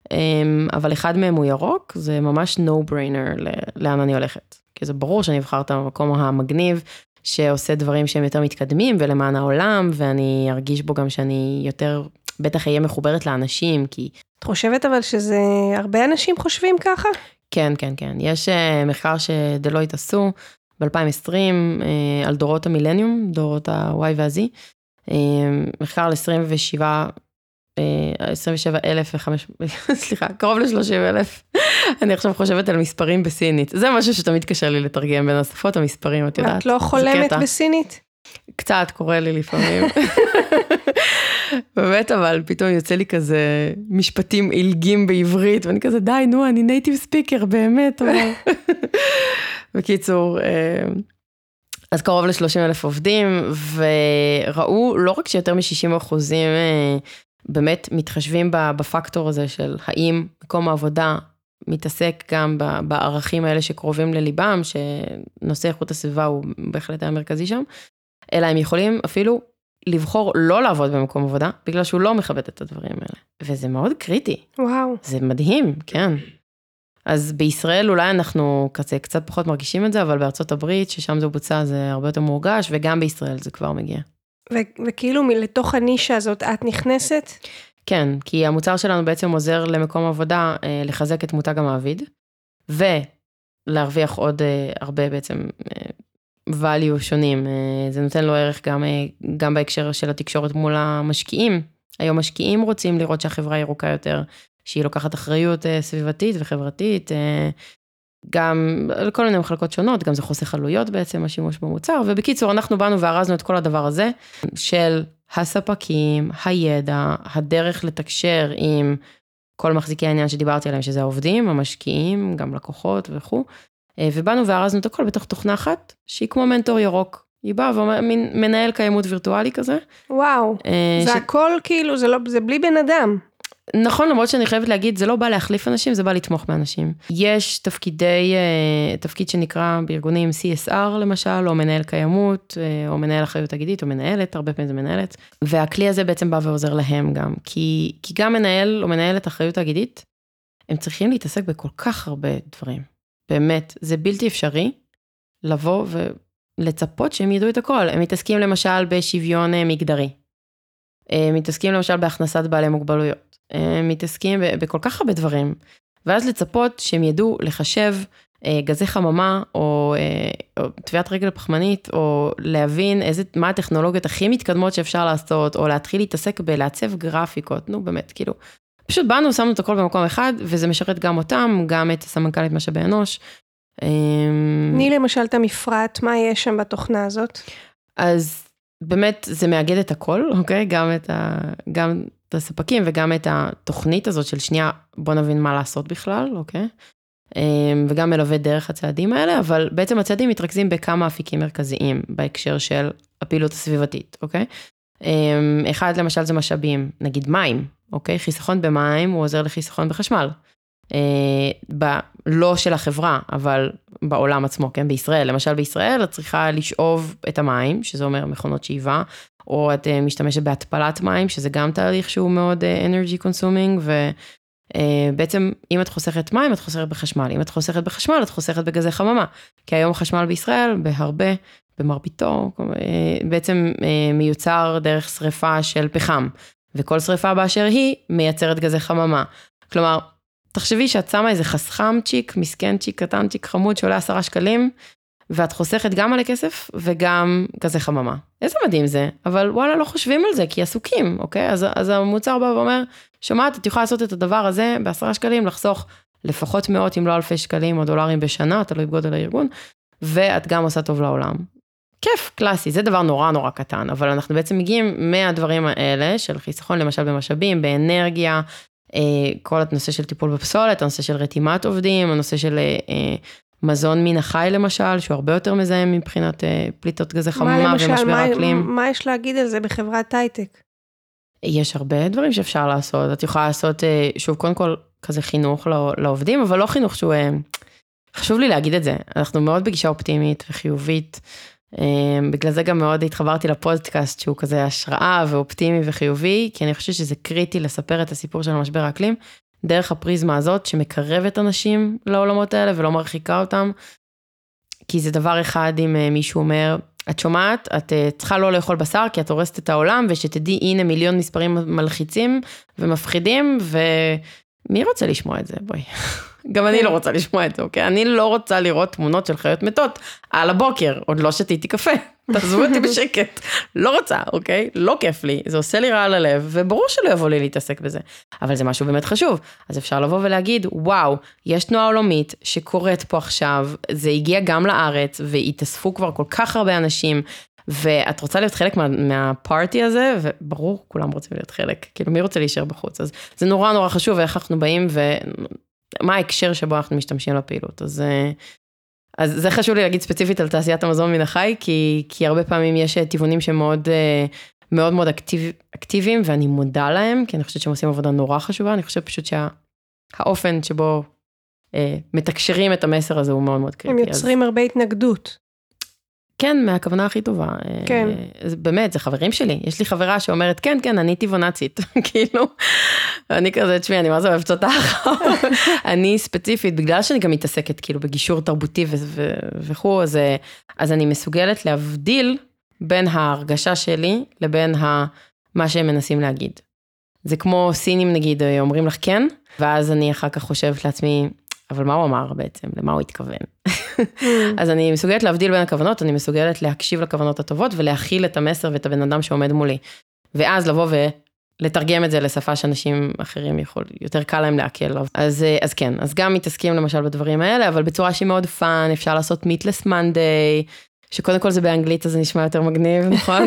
אבל אחד מהם הוא ירוק, זה ממש no-brainer לאן אני הולכת. כי זה ברור שאני אבחר את המקום המגניב, שעושה דברים שהם יותר מתקדמים, ולמען העולם, ואני ארגיש בו גם שאני יותר, בטח אהיה מחוברת לאנשים, כי... את חושבת אבל שזה, הרבה אנשים חושבים ככה? כן, כן, כן. יש מחקר שדלויט עשו ב-אלפיים ועשרים על דורות המילניום, דורות ה-Y וה-Z, מחקר על עשרים ושבע אלף וחמש מאות, סליחה, קרוב ל-שלושים אלף. אני עכשיו חושבת על מספרים בסינית. זה משהו שתמיד קשה לי לתרגם בין השפות, המספרים, את יודעת. את לא חולמת בסינית? קצת קורה לי לפעמים. באמת, אבל פתאום יוצא לי כזה משפטים אילגים בעברית, ואני כזה, די, נו, אני נייטיב ספיקר, באמת. בקיצור, אז קרוב ל-שלושים אלף עובדים, וראו לא רק שיותר מ-שישים אחוזים באמת מתחשבים בפקטור הזה של האם מקום העבודה מתעסק גם בערכים האלה שקרובים לליבם, שנושא איכות הסביבה הוא בהחלט המרכזי שם, אלא הם יכולים אפילו לבחור לא לעבוד במקום עבודה, בגלל שהוא לא מכבד את הדברים האלה. וזה מאוד קריטי. וואו. זה מדהים, כן. אז בישראל אולי אנחנו כזה קצת פחות מרגישים את זה, אבל בארצות הברית, ששם זה בוצע, זה הרבה יותר מורגש, וגם בישראל זה כבר מגיע. ו- וכאילו לתוך הנישה הזאת את נכנסת? כן, כי המוצר שלנו בעצם עוזר למקום עבודה אה, לחזק את מותג המעביד, ולהרוויח עוד אה, הרבה בעצם אה, value שונים. אה, זה נותן לו ערך גם, אה, גם בהקשר של התקשורת מול המשקיעים. היום משקיעים רוצים לראות שהחברה ירוקה יותר, שהיא לוקחת אחריות אה, סביבתית וחברתית, אה, גם לכל מיני מחלקות שונות, גם זה חוסך עלויות בעצם, השימוש במוצר, ובקיצור, אנחנו באנו והרזנו את כל הדבר הזה, של הספקים, הידע, הדרך לתקשר עם כל מחזיקי העניין שדיברתי עליהם, שזה העובדים, המשקיעים, גם לקוחות וכו', ובאנו והרזנו את הכל בתוך תוכנה אחת, שהיא כמו מנטור ירוק, היא באה ומנהל קיימות וירטואלי כזה. וואו, זה הכל כאילו, זה בלי בן אדם. נכון, למרות שאני חייבת להגיד, זה לא בא להחליף אנשים, זה בא לתמוך באנשים. יש תפקידי, תפקיד שנקרא בארגונים סי אס אר למשל, או מנהל קיימות, או מנהל אחריות תאגידית, או מנהלת, הרבה פעמים זה מנהלת, והכלי הזה בעצם בא ועוזר להם גם, כי, כי גם מנהל או מנהלת אחריות תאגידית, הם צריכים להתעסק בכל כך הרבה דברים. באמת, זה בלתי אפשרי לבוא ולצפות שהם ידעו את הכל. הם מתעסקים למשל בשוויון מגדרי. הם מתעסקים למשל בהכנסת בעלי מוגבלויות. הם מתעסקים בכל כך הרבה דברים, ואז לצפות שהם ידעו לחשב גזי חממה, או, או טביעת רגל פחמנית, או להבין איזה, מה הטכנולוגיות הכי מתקדמות שאפשר לעשות, או להתחיל להתעסק בלעצב גרפיקות, נו באמת, כאילו, פשוט באנו, שמנו את הכל במקום אחד, וזה משרת גם אותם, גם את סמנכ"לית משאבי אנוש. תני למשל את המפרט, מה יש שם בתוכנה הזאת? אז באמת זה מאגד את הכל, אוקיי? גם את ה... גם את הספקים וגם את התוכנית הזאת של שנייה, בוא נבין מה לעשות בכלל, אוקיי? וגם מלווה דרך הצעדים האלה, אבל בעצם הצעדים מתרכזים בכמה אפיקים מרכזיים, בהקשר של הפעילות הסביבתית, אוקיי? אחד למשל זה משאבים, נגיד מים, אוקיי? חיסכון במים הוא עוזר לחיסכון בחשמל. ב... לא של החברה, אבל בעולם עצמו, כן? בישראל, למשל בישראל, את צריכה לשאוב את המים, שזה אומר מכונות שאיבה, או את משתמשת בהתפלת מים, שזה גם תהליך שהוא מאוד energy consuming, ובעצם אם את חוסכת מים, את חוסכת בחשמל. אם את חוסכת בחשמל, את חוסכת בגזי חממה. כי היום חשמל בישראל, בהרבה, במרביתו, בעצם מיוצר דרך שריפה של פחם, וכל שריפה באשר היא מייצרת גזי חממה. כלומר, תחשבי שאת שמה איזה חסכם צ'יק, מסכן צ'יק, קטן צ'יק חמוד שעולה עשרה שקלים, ואת חוסכת גם על הכסף וגם גזי חממה. איזה מדהים זה, אבל וואלה לא חושבים על זה, כי עסוקים, אוקיי? אז, אז המוצר בא ואומר, שומעת, את יכולה לעשות את הדבר הזה בעשרה שקלים, לחסוך לפחות מאות אם לא אלפי שקלים או דולרים בשנה, תלוי בגודל הארגון, ואת גם עושה טוב לעולם. כיף, קלאסי, זה דבר נורא נורא קטן, אבל אנחנו בעצם מגיעים מהדברים האלה, של חיסכון למשל במשאבים, באנרגיה, כל הנושא של טיפול בפסולת, הנושא של רתימת עובדים, הנושא של מזון מן החי למשל, שהוא הרבה יותר מזהם מבחינת פליטות גזי חממה ומשבר האקלים. מה יש להגיד על זה בחברת הייטק? יש הרבה דברים שאפשר לעשות. את יכולה לעשות, שוב, קודם כל, כזה חינוך לעובדים, אבל לא חינוך שהוא, חשוב לי להגיד את זה. אנחנו מאוד בגישה אופטימית וחיובית, בגלל זה גם מאוד התחברתי לפודקאסט, שהוא כזה השראה ואופטימי וחיובי, כי אני חושבת שזה קריטי לספר את הסיפור של המשבר האקלים, דרך הפריזמה הזאת שמקרבת אנשים לעולמות האלה ולא מרחיקה אותם, כי זה דבר אחד אם מישהו אומר, את שומעת, את צריכה לא לאכול בשר כי את הורסת את העולם, ושתדעי הנה מיליון מספרים מלחיצים ומפחידים, ומי רוצה לשמוע את זה? בואי. גם אני לא רוצה לשמוע את זה, אוקיי? אני לא רוצה לראות תמונות של חיות מתות על הבוקר, עוד לא שתיתי קפה. תעזבו אותי בשקט. לא רוצה, אוקיי? לא כיף לי, זה עושה לי רע על הלב, וברור שלא יבוא לי להתעסק בזה. אבל זה משהו באמת חשוב. אז אפשר לבוא ולהגיד, וואו, יש תנועה עולמית שקורית פה עכשיו, זה הגיע גם לארץ, והתאספו כבר כל כך הרבה אנשים, ואת רוצה להיות חלק מה, מהפארטי הזה, וברור, כולם רוצים להיות חלק. כאילו, מי רוצה להישאר בחוץ? אז זה נורא נורא חשוב, ואיך אנחנו באים, ומה ההקשר שבו אנחנו משתמשים לפעילות. אז... אז זה חשוב לי להגיד ספציפית על תעשיית המזון מן החי, כי, כי הרבה פעמים יש טבעונים שמאוד מאוד מאוד אקטיב, אקטיביים, ואני מודה להם, כי אני חושבת שהם עושים עבודה נורא חשובה, אני חושבת פשוט שהאופן שבו אה, מתקשרים את המסר הזה הוא מאוד מאוד קריטי. הם יוצרים אז... הרבה התנגדות. כן, מהכוונה הכי טובה. כן. אז באמת, זה חברים שלי. יש לי חברה שאומרת, כן, כן, אני טבעונצית. כאילו, אני כזה, תשמעי, אני מה זה אוהבת אותך. אני ספציפית, בגלל שאני גם מתעסקת, כאילו, בגישור תרבותי וכו', אז, אז אני מסוגלת להבדיל בין ההרגשה שלי לבין מה שהם מנסים להגיד. זה כמו סינים, נגיד, אומרים לך כן, ואז אני אחר כך חושבת לעצמי, אבל מה הוא אמר בעצם? למה הוא התכוון? אז אני מסוגלת להבדיל בין הכוונות, אני מסוגלת להקשיב לכוונות הטובות, ולהכיל את המסר ואת הבן אדם שעומד מולי. ואז לבוא ולתרגם את זה לשפה שאנשים אחרים יכול, יותר קל להם להקל. אז, אז כן, אז גם מתעסקים למשל בדברים האלה, אבל בצורה שהיא מאוד פאן, אפשר לעשות meatless Monday, שקודם כל זה באנגלית, אז זה נשמע יותר מגניב, נכון?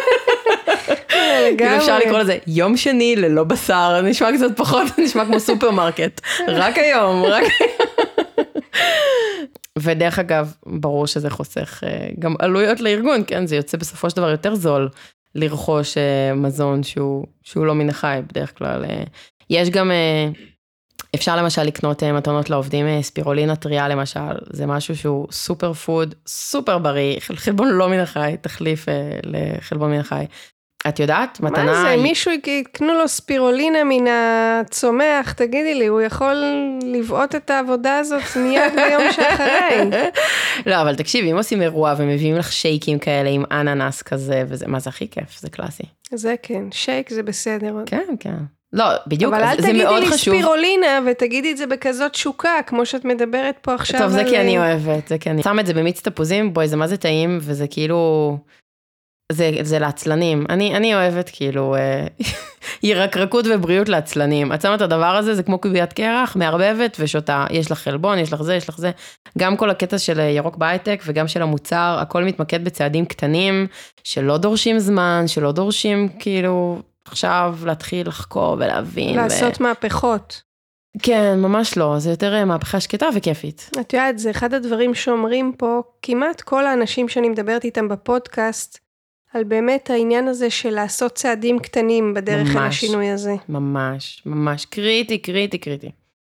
כאילו אפשר לקרוא לזה יום שני ללא בשר, נשמע קצת פחות, נשמע כמו סופרמרקט, רק היום, רק היום. ודרך אגב, ברור שזה חוסך גם עלויות לארגון, כן, זה יוצא בסופו של דבר יותר זול לרכוש מזון שהוא, שהוא לא מן החי, בדרך כלל. יש גם, אפשר למשל לקנות מתנות לעובדים, ספירולינה טריה למשל, זה משהו שהוא סופר פוד, סופר בריא, חלבון לא מן החי, תחליף לחלבון מן החי. את יודעת? מתנה... מה זה? מישהו יקנו לו ספירולינה מן הצומח, תגידי לי, הוא יכול לבעוט את העבודה הזאת מיד ביום שאחרי. לא, אבל תקשיבי, אם עושים אירוע ומביאים לך שייקים כאלה עם אננס כזה, וזה, מה זה הכי כיף? זה קלאסי. זה כן, שייק זה בסדר. כן, כן. לא, בדיוק, אבל זה, זה מאוד חשוב. אבל אל תגידי לי ספירולינה, ותגידי את זה בכזאת שוקה, כמו שאת מדברת פה עכשיו. טוב, זה כי אני אוהבת, זה כי אני... שם את זה במיץ תפוזים, בואי, זה מה זה טעים, וזה כאילו... זה, זה לעצלנים. אני, אני אוהבת כאילו, ירקרקות ובריאות לעצלנים. את שמה את הדבר הזה, זה כמו קוביית קרח, מערבבת ושותה. יש לך חלבון, יש לך זה, יש לך זה. גם כל הקטע של ירוק בהייטק וגם של המוצר, הכל מתמקד בצעדים קטנים, שלא דורשים זמן, שלא דורשים כאילו, עכשיו להתחיל לחקור ולהבין. לעשות ו... מהפכות. כן, ממש לא. זה יותר מהפכה שקטה וכיפית. את יודעת, זה אחד הדברים שאומרים פה, כמעט כל האנשים שאני מדברת איתם בפודקאסט, על באמת העניין הזה של לעשות צעדים קטנים בדרך ממש, אל השינוי הזה. ממש, ממש, קריטי, קריטי, קריטי.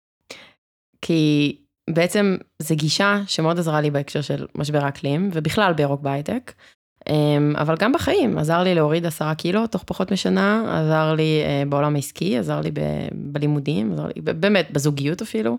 כי בעצם זו גישה שמאוד עזרה לי בהקשר של משבר האקלים, ובכלל בירוק בהייטק, אבל גם בחיים, עזר לי להוריד עשרה קילו תוך פחות משנה, עזר לי בעולם העסקי, עזר לי ב- בלימודים, עזר לי באמת בזוגיות אפילו.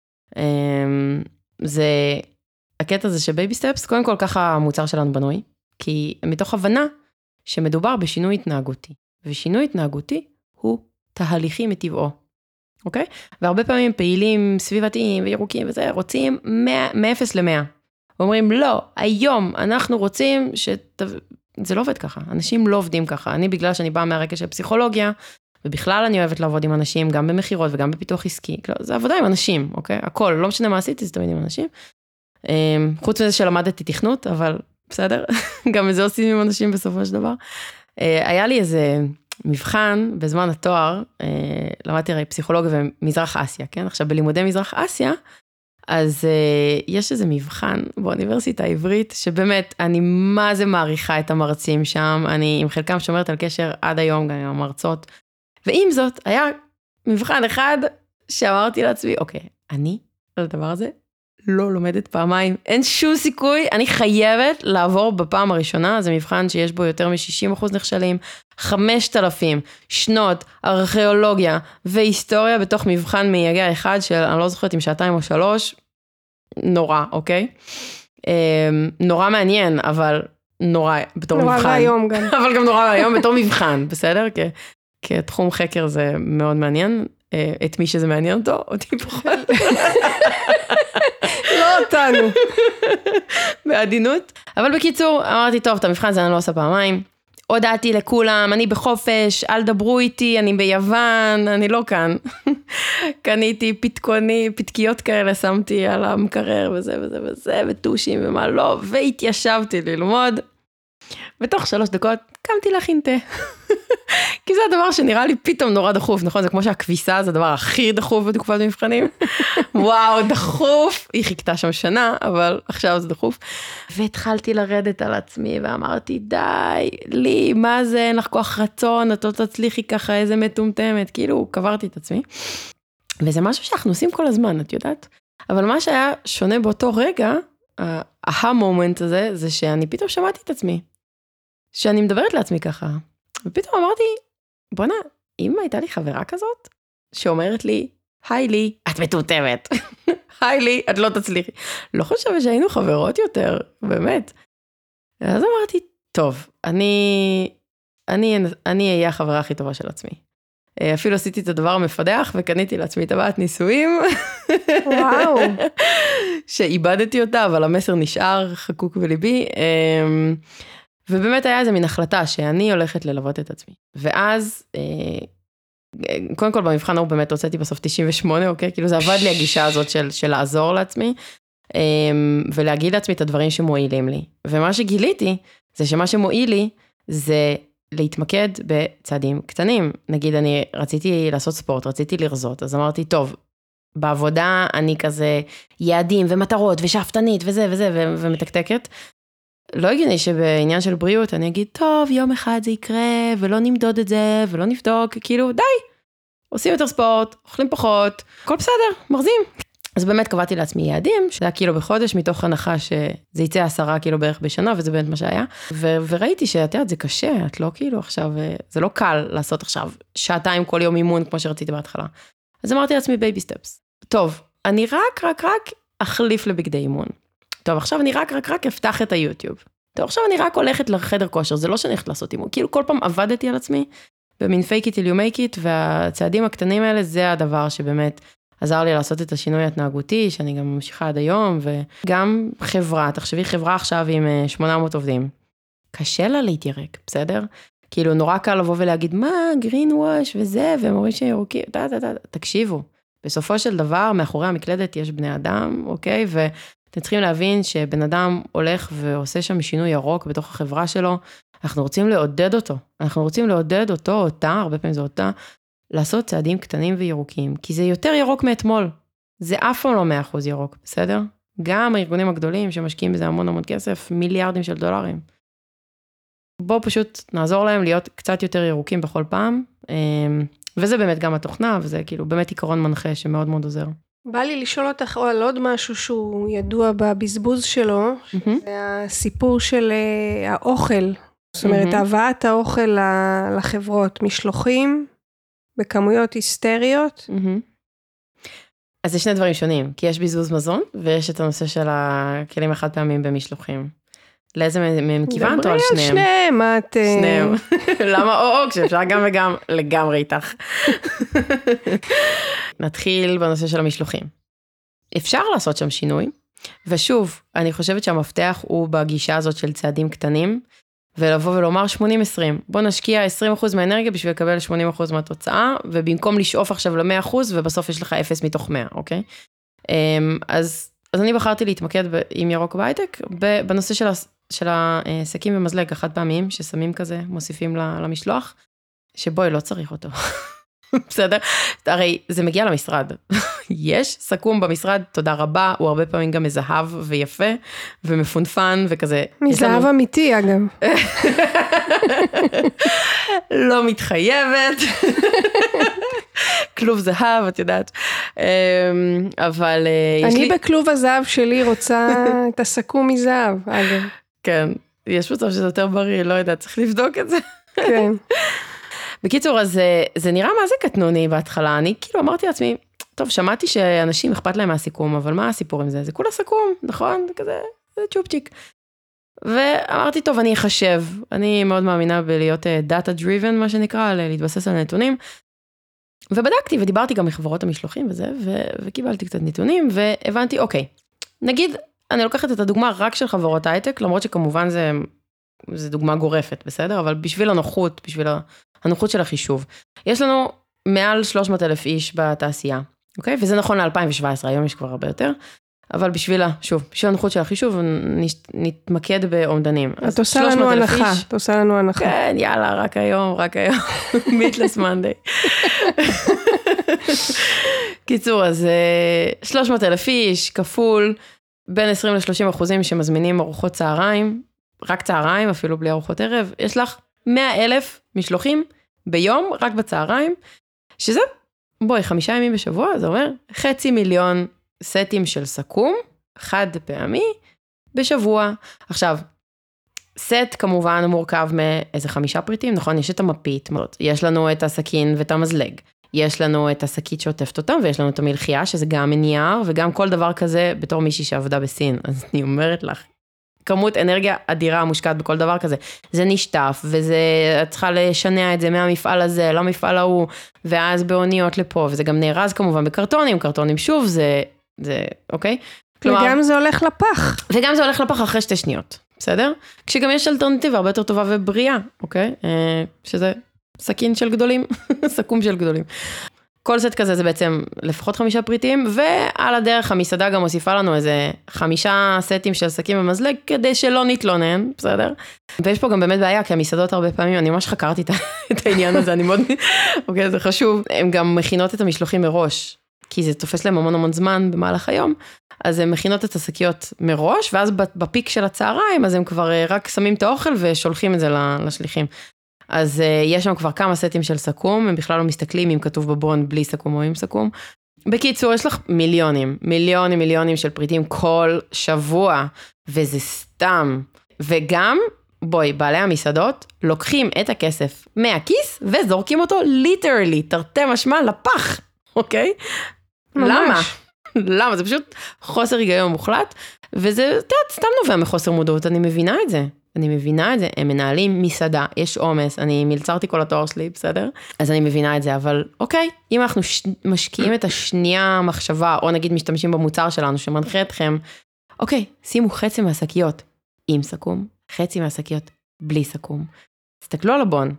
זה הקטע הזה שבייבי סטפס, קודם כל ככה המוצר שלנו בנוי, כי מתוך הבנה שמדובר בשינוי התנהגותי, ושינוי התנהגותי הוא תהליכי מטבעו, אוקיי? והרבה פעמים פעילים סביבתיים וירוקים וזה, רוצים מ-אפס ל-מאה. אומרים, לא, היום אנחנו רוצים שת... זה לא עובד ככה, אנשים לא עובדים ככה. אני בגלל שאני באה מהרקע של פסיכולוגיה, ובכלל אני אוהבת לעבוד עם אנשים, גם במחירות וגם בפיתוח עסקי. זה עבודה עם אנשים, אוקיי? הכל, לא משנה מה עשיתי, זה תמיד עם אנשים. חוץ מזה שלמדתי תכנות, אבל בסדר? גם את זה עושים עם אנשים בסופו של דבר. היה לי איזה מבחן בזמן התואר, למדתי הרי פסיכולוגיה ומזרח אסיה, כן? עכשיו בלימודי מזרח אסיה, אז יש איזה מבחן באוניברסיטה העברית, שבאמת אני מה זה מעריכה את המרצים שם, אני עם חלקם שומרת על קשר עד היום גם עם המרצות, ועם זאת היה מבחן אחד שאמרתי לעצמי, אוקיי, אני על הדבר הזה, לא לומדת פעמיים, אין שום סיכוי, אני חייבת לעבור בפעם הראשונה, זה מבחן שיש בו יותר מ-שישים אחוז נכשלים, חמשת אלפים שנות ארכיאולוגיה והיסטוריה בתוך מבחן מייגע אחד של, אני לא זוכרת אם שעתיים או שלוש, נורא, אוקיי? נורא מעניין, אבל נורא בתור נורא מבחן. נורא היום גם. אבל גם נורא היום בתור מבחן, בסדר? כתחום חקר זה מאוד מעניין. את מי שזה מעניין אותו, אותי פחות. לא אותנו. בעדינות. אבל בקיצור, אמרתי, טוב, את המבחן הזה אני לא עושה פעמיים. הודעתי לכולם, אני בחופש, אל דברו איתי, אני ביוון, אני לא כאן. קניתי פתקוני, פתקיות כאלה, שמתי על המקרר וזה וזה וזה, וטושים ומה לא, והתיישבתי ללמוד. בתוך שלוש דקות קמתי להכין תה. כי זה הדבר שנראה לי פתאום נורא דחוף, נכון? זה כמו שהכביסה זה הדבר הכי דחוף בתקופת מבחנים. וואו, דחוף. היא חיכתה שם שנה, אבל עכשיו זה דחוף. והתחלתי לרדת על עצמי, ואמרתי, די, לי, מה זה, אין לך כוח רצון, את לא תצליחי ככה, איזה מטומטמת. כאילו, קברתי את עצמי. וזה משהו שאנחנו עושים כל הזמן, את יודעת? אבל מה שהיה שונה באותו רגע, ההמומנט הזה, זה שאני פתאום שמעתי את עצמי. שאני מדברת לעצמי ככה. ופתאום אמרתי, בוא'נה, אם הייתה לי חברה כזאת, שאומרת לי, היי לי, את מטומטמת. היי לי, את לא תצליחי. לא חושבת שהיינו חברות יותר, באמת. אז אמרתי, טוב, אני, אני, אני אהיה החברה הכי טובה של עצמי. אפילו עשיתי את הדבר המפדח, וקניתי לעצמי טבעת נישואים. וואו. שאיבדתי אותה, אבל המסר נשאר חקוק בליבי. ובאמת היה איזה מין החלטה שאני הולכת ללוות את עצמי. ואז, קודם כל במבחן הוא באמת הוצאתי בסוף תשעים ושמונה, אוקיי? כאילו זה עבד לי הגישה הזאת של, של לעזור לעצמי, ולהגיד לעצמי את הדברים שמועילים לי. ומה שגיליתי, זה שמה שמועיל לי, זה להתמקד בצעדים קטנים. נגיד, אני רציתי לעשות ספורט, רציתי לרזות, אז אמרתי, טוב, בעבודה אני כזה יעדים ומטרות ושאפתנית וזה וזה ו- ומתקתקת. לא הגיוני שבעניין של בריאות אני אגיד, טוב, יום אחד זה יקרה, ולא נמדוד את זה, ולא נבדוק, כאילו, די, עושים יותר ספורט, אוכלים פחות, הכל בסדר, מרזים. אז באמת קבעתי לעצמי יעדים, שזה היה קילו בחודש, מתוך הנחה שזה יצא עשרה קילו בערך בשנה, וזה באמת מה שהיה. ו- וראיתי שאת יודעת, זה קשה, את לא כאילו עכשיו, זה לא קל לעשות עכשיו שעתיים כל יום אימון, כמו שרציתי בהתחלה. אז אמרתי לעצמי, בייבי סטפס. טוב, אני רק, רק, רק אחליף לבגדי אימון. טוב, עכשיו אני רק, רק, רק אפתח את היוטיוב. טוב, עכשיו אני רק הולכת לחדר כושר, זה לא שאני הולכת לעשות אימון. כאילו כל פעם עבדתי על עצמי, במין fake it till you make it, והצעדים הקטנים האלה, זה הדבר שבאמת עזר לי לעשות את השינוי ההתנהגותי, שאני גם ממשיכה עד היום, וגם חברה, תחשבי חברה עכשיו עם שמונה מאות עובדים. קשה לה להתיירק, בסדר? כאילו נורא קל לבוא ולהגיד, מה, green wash וזה, והם אומרים שירוקים, דה, דה, דה, תקשיבו. בסופו של דבר, מאחורי המקלדת יש בני אדם, אוקיי? ואתם צריכים להבין שבן אדם הולך ועושה שם שינוי ירוק בתוך החברה שלו, אנחנו רוצים לעודד אותו, אנחנו רוצים לעודד אותו, אותה, הרבה פעמים זה אותה, לעשות צעדים קטנים וירוקים, כי זה יותר ירוק מאתמול, זה אף פעם לא מאה אחוז ירוק, בסדר? גם הארגונים הגדולים שמשקיעים בזה המון המון כסף, מיליארדים של דולרים. בואו פשוט נעזור להם להיות קצת יותר ירוקים בכל פעם, וזה באמת גם התוכנה, וזה כאילו באמת עיקרון מנחה שמאוד מאוד עוזר. בא לי לשאול אותך על עוד משהו שהוא ידוע בבזבוז שלו, זה הסיפור של האוכל, זאת אומרת, הבאת האוכל לחברות, משלוחים, בכמויות היסטריות. אז זה שני דברים שונים, כי יש בזבוז מזון, ויש את הנושא של הכלים החד פעמים במשלוחים. לאיזה מהם כיוונת או על שניהם? שניהם, את... שניהם. למה או או, כשאפשר גם וגם לגמרי איתך. נתחיל בנושא של המשלוחים. אפשר לעשות שם שינוי, ושוב, אני חושבת שהמפתח הוא בגישה הזאת של צעדים קטנים, ולבוא ולומר שמונים עשרים. בוא נשקיע עשרים אחוז מהאנרגיה בשביל לקבל שמונים אחוז מהתוצאה, ובמקום לשאוף עכשיו ל-מאה אחוז, ובסוף יש לך אפס מתוך מאה, אוקיי? אז, אז אני בחרתי להתמקד עם ירוק בהייטק, בנושא של, של הסקים ומזלג החד פעמיים, ששמים כזה, מוסיפים למשלוח, שבוי, לא צריך אותו. בסדר? הרי זה מגיע למשרד. יש סכום במשרד, תודה רבה, הוא הרבה פעמים גם מזהב ויפה, ומפונפן וכזה. מזהב לנו... אמיתי, אגב. לא מתחייבת. כלוב זהב, את יודעת. אבל... אני לי... בכלוב הזהב שלי רוצה את הסכום מזהב, אגב. כן, יש מצב שזה יותר בריא, לא יודעת, צריך לבדוק את זה. כן. בקיצור, אז זה נראה מה זה קטנוני בהתחלה, אני כאילו אמרתי לעצמי, טוב, שמעתי שאנשים אכפת להם מהסיכום, אבל מה הסיפור עם זה? זה כולה סכום, נכון? זה כזה, זה צ'ופצ'יק. ואמרתי, טוב, אני אחשב, אני מאוד מאמינה בלהיות data driven, מה שנקרא, להתבסס על נתונים, ובדקתי ודיברתי גם מחברות המשלוחים וזה, ו- וקיבלתי קצת נתונים, והבנתי, אוקיי, נגיד, אני לוקחת את הדוגמה רק של חברות הייטק, למרות שכמובן זה, זה דוגמה גורפת, בסדר? אבל בשביל הנוחות, בשביל הנוחות של החישוב. יש לנו מעל שלוש מאות אלף איש בתעשייה, אוקיי? וזה נכון ל-אלפיים שבע עשרה, היום יש כבר הרבה יותר, אבל בשבילה, שוב, בשביל הנוחות של החישוב, נתמקד באומדנים. את עושה לנו הנחה, את עושה לנו הנחה. כן, יאללה, רק היום, רק היום, מיטלס מנדי. קיצור, אז שלוש מאות אלף איש, כפול, בין עשרים ל-שלושים אחוזים שמזמינים ארוחות צהריים, רק צהריים, אפילו בלי ארוחות ערב, יש לך מאה אלף משלוחים ביום, רק בצהריים, שזה, בואי, חמישה ימים בשבוע, זה אומר חצי מיליון סטים של סכום, חד פעמי, בשבוע. עכשיו, סט כמובן מורכב מאיזה חמישה פריטים, נכון? יש את המפית, יש לנו את הסכין ואת המזלג, יש לנו את הסכית שעוטפת אותם, ויש לנו את המלחייה, שזה גם מנייר, וגם כל דבר כזה, בתור מישהי שעבדה בסין, אז אני אומרת לך, כמות אנרגיה אדירה מושקעת בכל דבר כזה, זה נשטף, וזה, את צריכה לשנע את זה מהמפעל הזה, למפעל ההוא, ואז באוניות לפה, וזה גם נארז כמובן בקרטונים, קרטונים שוב, זה, זה, אוקיי? כלומר, וגם זה הולך לפח. וגם זה הולך לפח אחרי שתי שניות, בסדר? כשגם יש אלטרנטיבה הרבה יותר טובה ובריאה, אוקיי? שזה סכין של גדולים, סכום של גדולים. כל סט כזה זה בעצם לפחות חמישה פריטים, ועל הדרך המסעדה גם מוסיפה לנו איזה חמישה סטים של סכין ומזלג, כדי שלא נתלונן, בסדר? ויש פה גם באמת בעיה, כי המסעדות הרבה פעמים, אני ממש חקרתי את העניין הזה, אני מאוד, אוקיי, זה חשוב, הן גם מכינות את המשלוחים מראש, כי זה תופס להם המון המון זמן במהלך היום, אז הן מכינות את השקיות מראש, ואז בפיק של הצהריים, אז הם כבר רק שמים את האוכל ושולחים את זה לשליחים. אז uh, יש שם כבר כמה סטים של סכום, הם בכלל לא מסתכלים אם כתוב בבון בלי סכום או עם סכום. בקיצור, יש לך מיליונים, מיליונים, מיליונים של פריטים כל שבוע, וזה סתם. וגם, בואי, בעלי המסעדות לוקחים את הכסף מהכיס, וזורקים אותו ליטרלי, תרתי משמע לפח, אוקיי? ממש. למה? למה? זה פשוט חוסר היגיון מוחלט, וזה, תעת, סתם נובע מחוסר מודעות, אני מבינה את זה. אני מבינה את זה, הם מנהלים מסעדה, יש עומס, אני מלצרתי כל התואר שלי, בסדר? אז אני מבינה את זה, אבל אוקיי, אם אנחנו ש... משקיעים את השנייה מחשבה, או נגיד משתמשים במוצר שלנו, שמנחה אתכם, אוקיי, שימו חצי מהשקיות עם סכום, חצי מהשקיות בלי סכום. תסתכלו על הבון,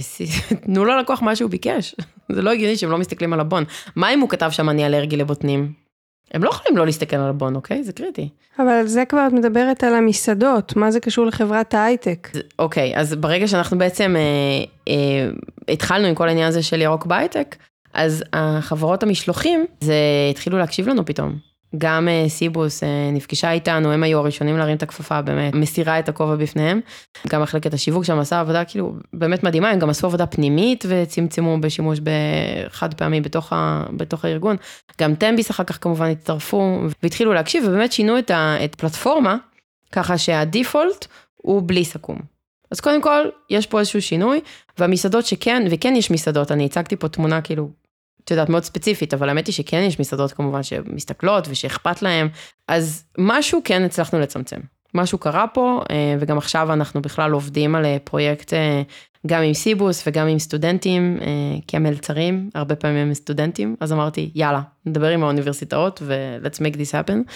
ותנו לו לקוח מה שהוא ביקש. זה לא הגיוני שהם לא מסתכלים על הבון. מה אם הוא כתב שם אני אלרגי לבוטנים? הם לא יכולים לא להסתכל על הבון, אוקיי? זה קריטי. אבל על זה כבר את מדברת על המסעדות, מה זה קשור לחברת ההייטק? אוקיי, אז ברגע שאנחנו בעצם אה, אה, התחלנו עם כל העניין הזה של ירוק בהייטק, אז החברות המשלוחים, זה התחילו להקשיב לנו פתאום. גם אה, סיבוס אה, נפגשה איתנו, הם היו הראשונים להרים את הכפפה, באמת, מסירה את הכובע בפניהם. גם מחלקת השיווק שם עשה עבודה כאילו באמת מדהימה, הם גם עשו עבודה פנימית וצמצמו בשימוש בחד פעמי בתוך, ה, בתוך הארגון. גם טמביס אחר כך כמובן הצטרפו והתחילו להקשיב, ובאמת שינו את, ה, את פלטפורמה, ככה שהדיפולט הוא בלי סכום. אז קודם כל, יש פה איזשהו שינוי, והמסעדות שכן, וכן יש מסעדות, אני הצגתי פה תמונה כאילו, את יודעת, מאוד ספציפית, אבל האמת היא שכן יש מסעדות כמובן שמסתכלות ושאכפת להם, אז משהו כן הצלחנו לצמצם. משהו קרה פה, וגם עכשיו אנחנו בכלל עובדים על פרויקט גם עם סיבוס וגם עם סטודנטים, כי המלצרים, הרבה פעמים הם סטודנטים, אז אמרתי, יאללה, נדבר עם האוניברסיטאות ו-let's make this happen.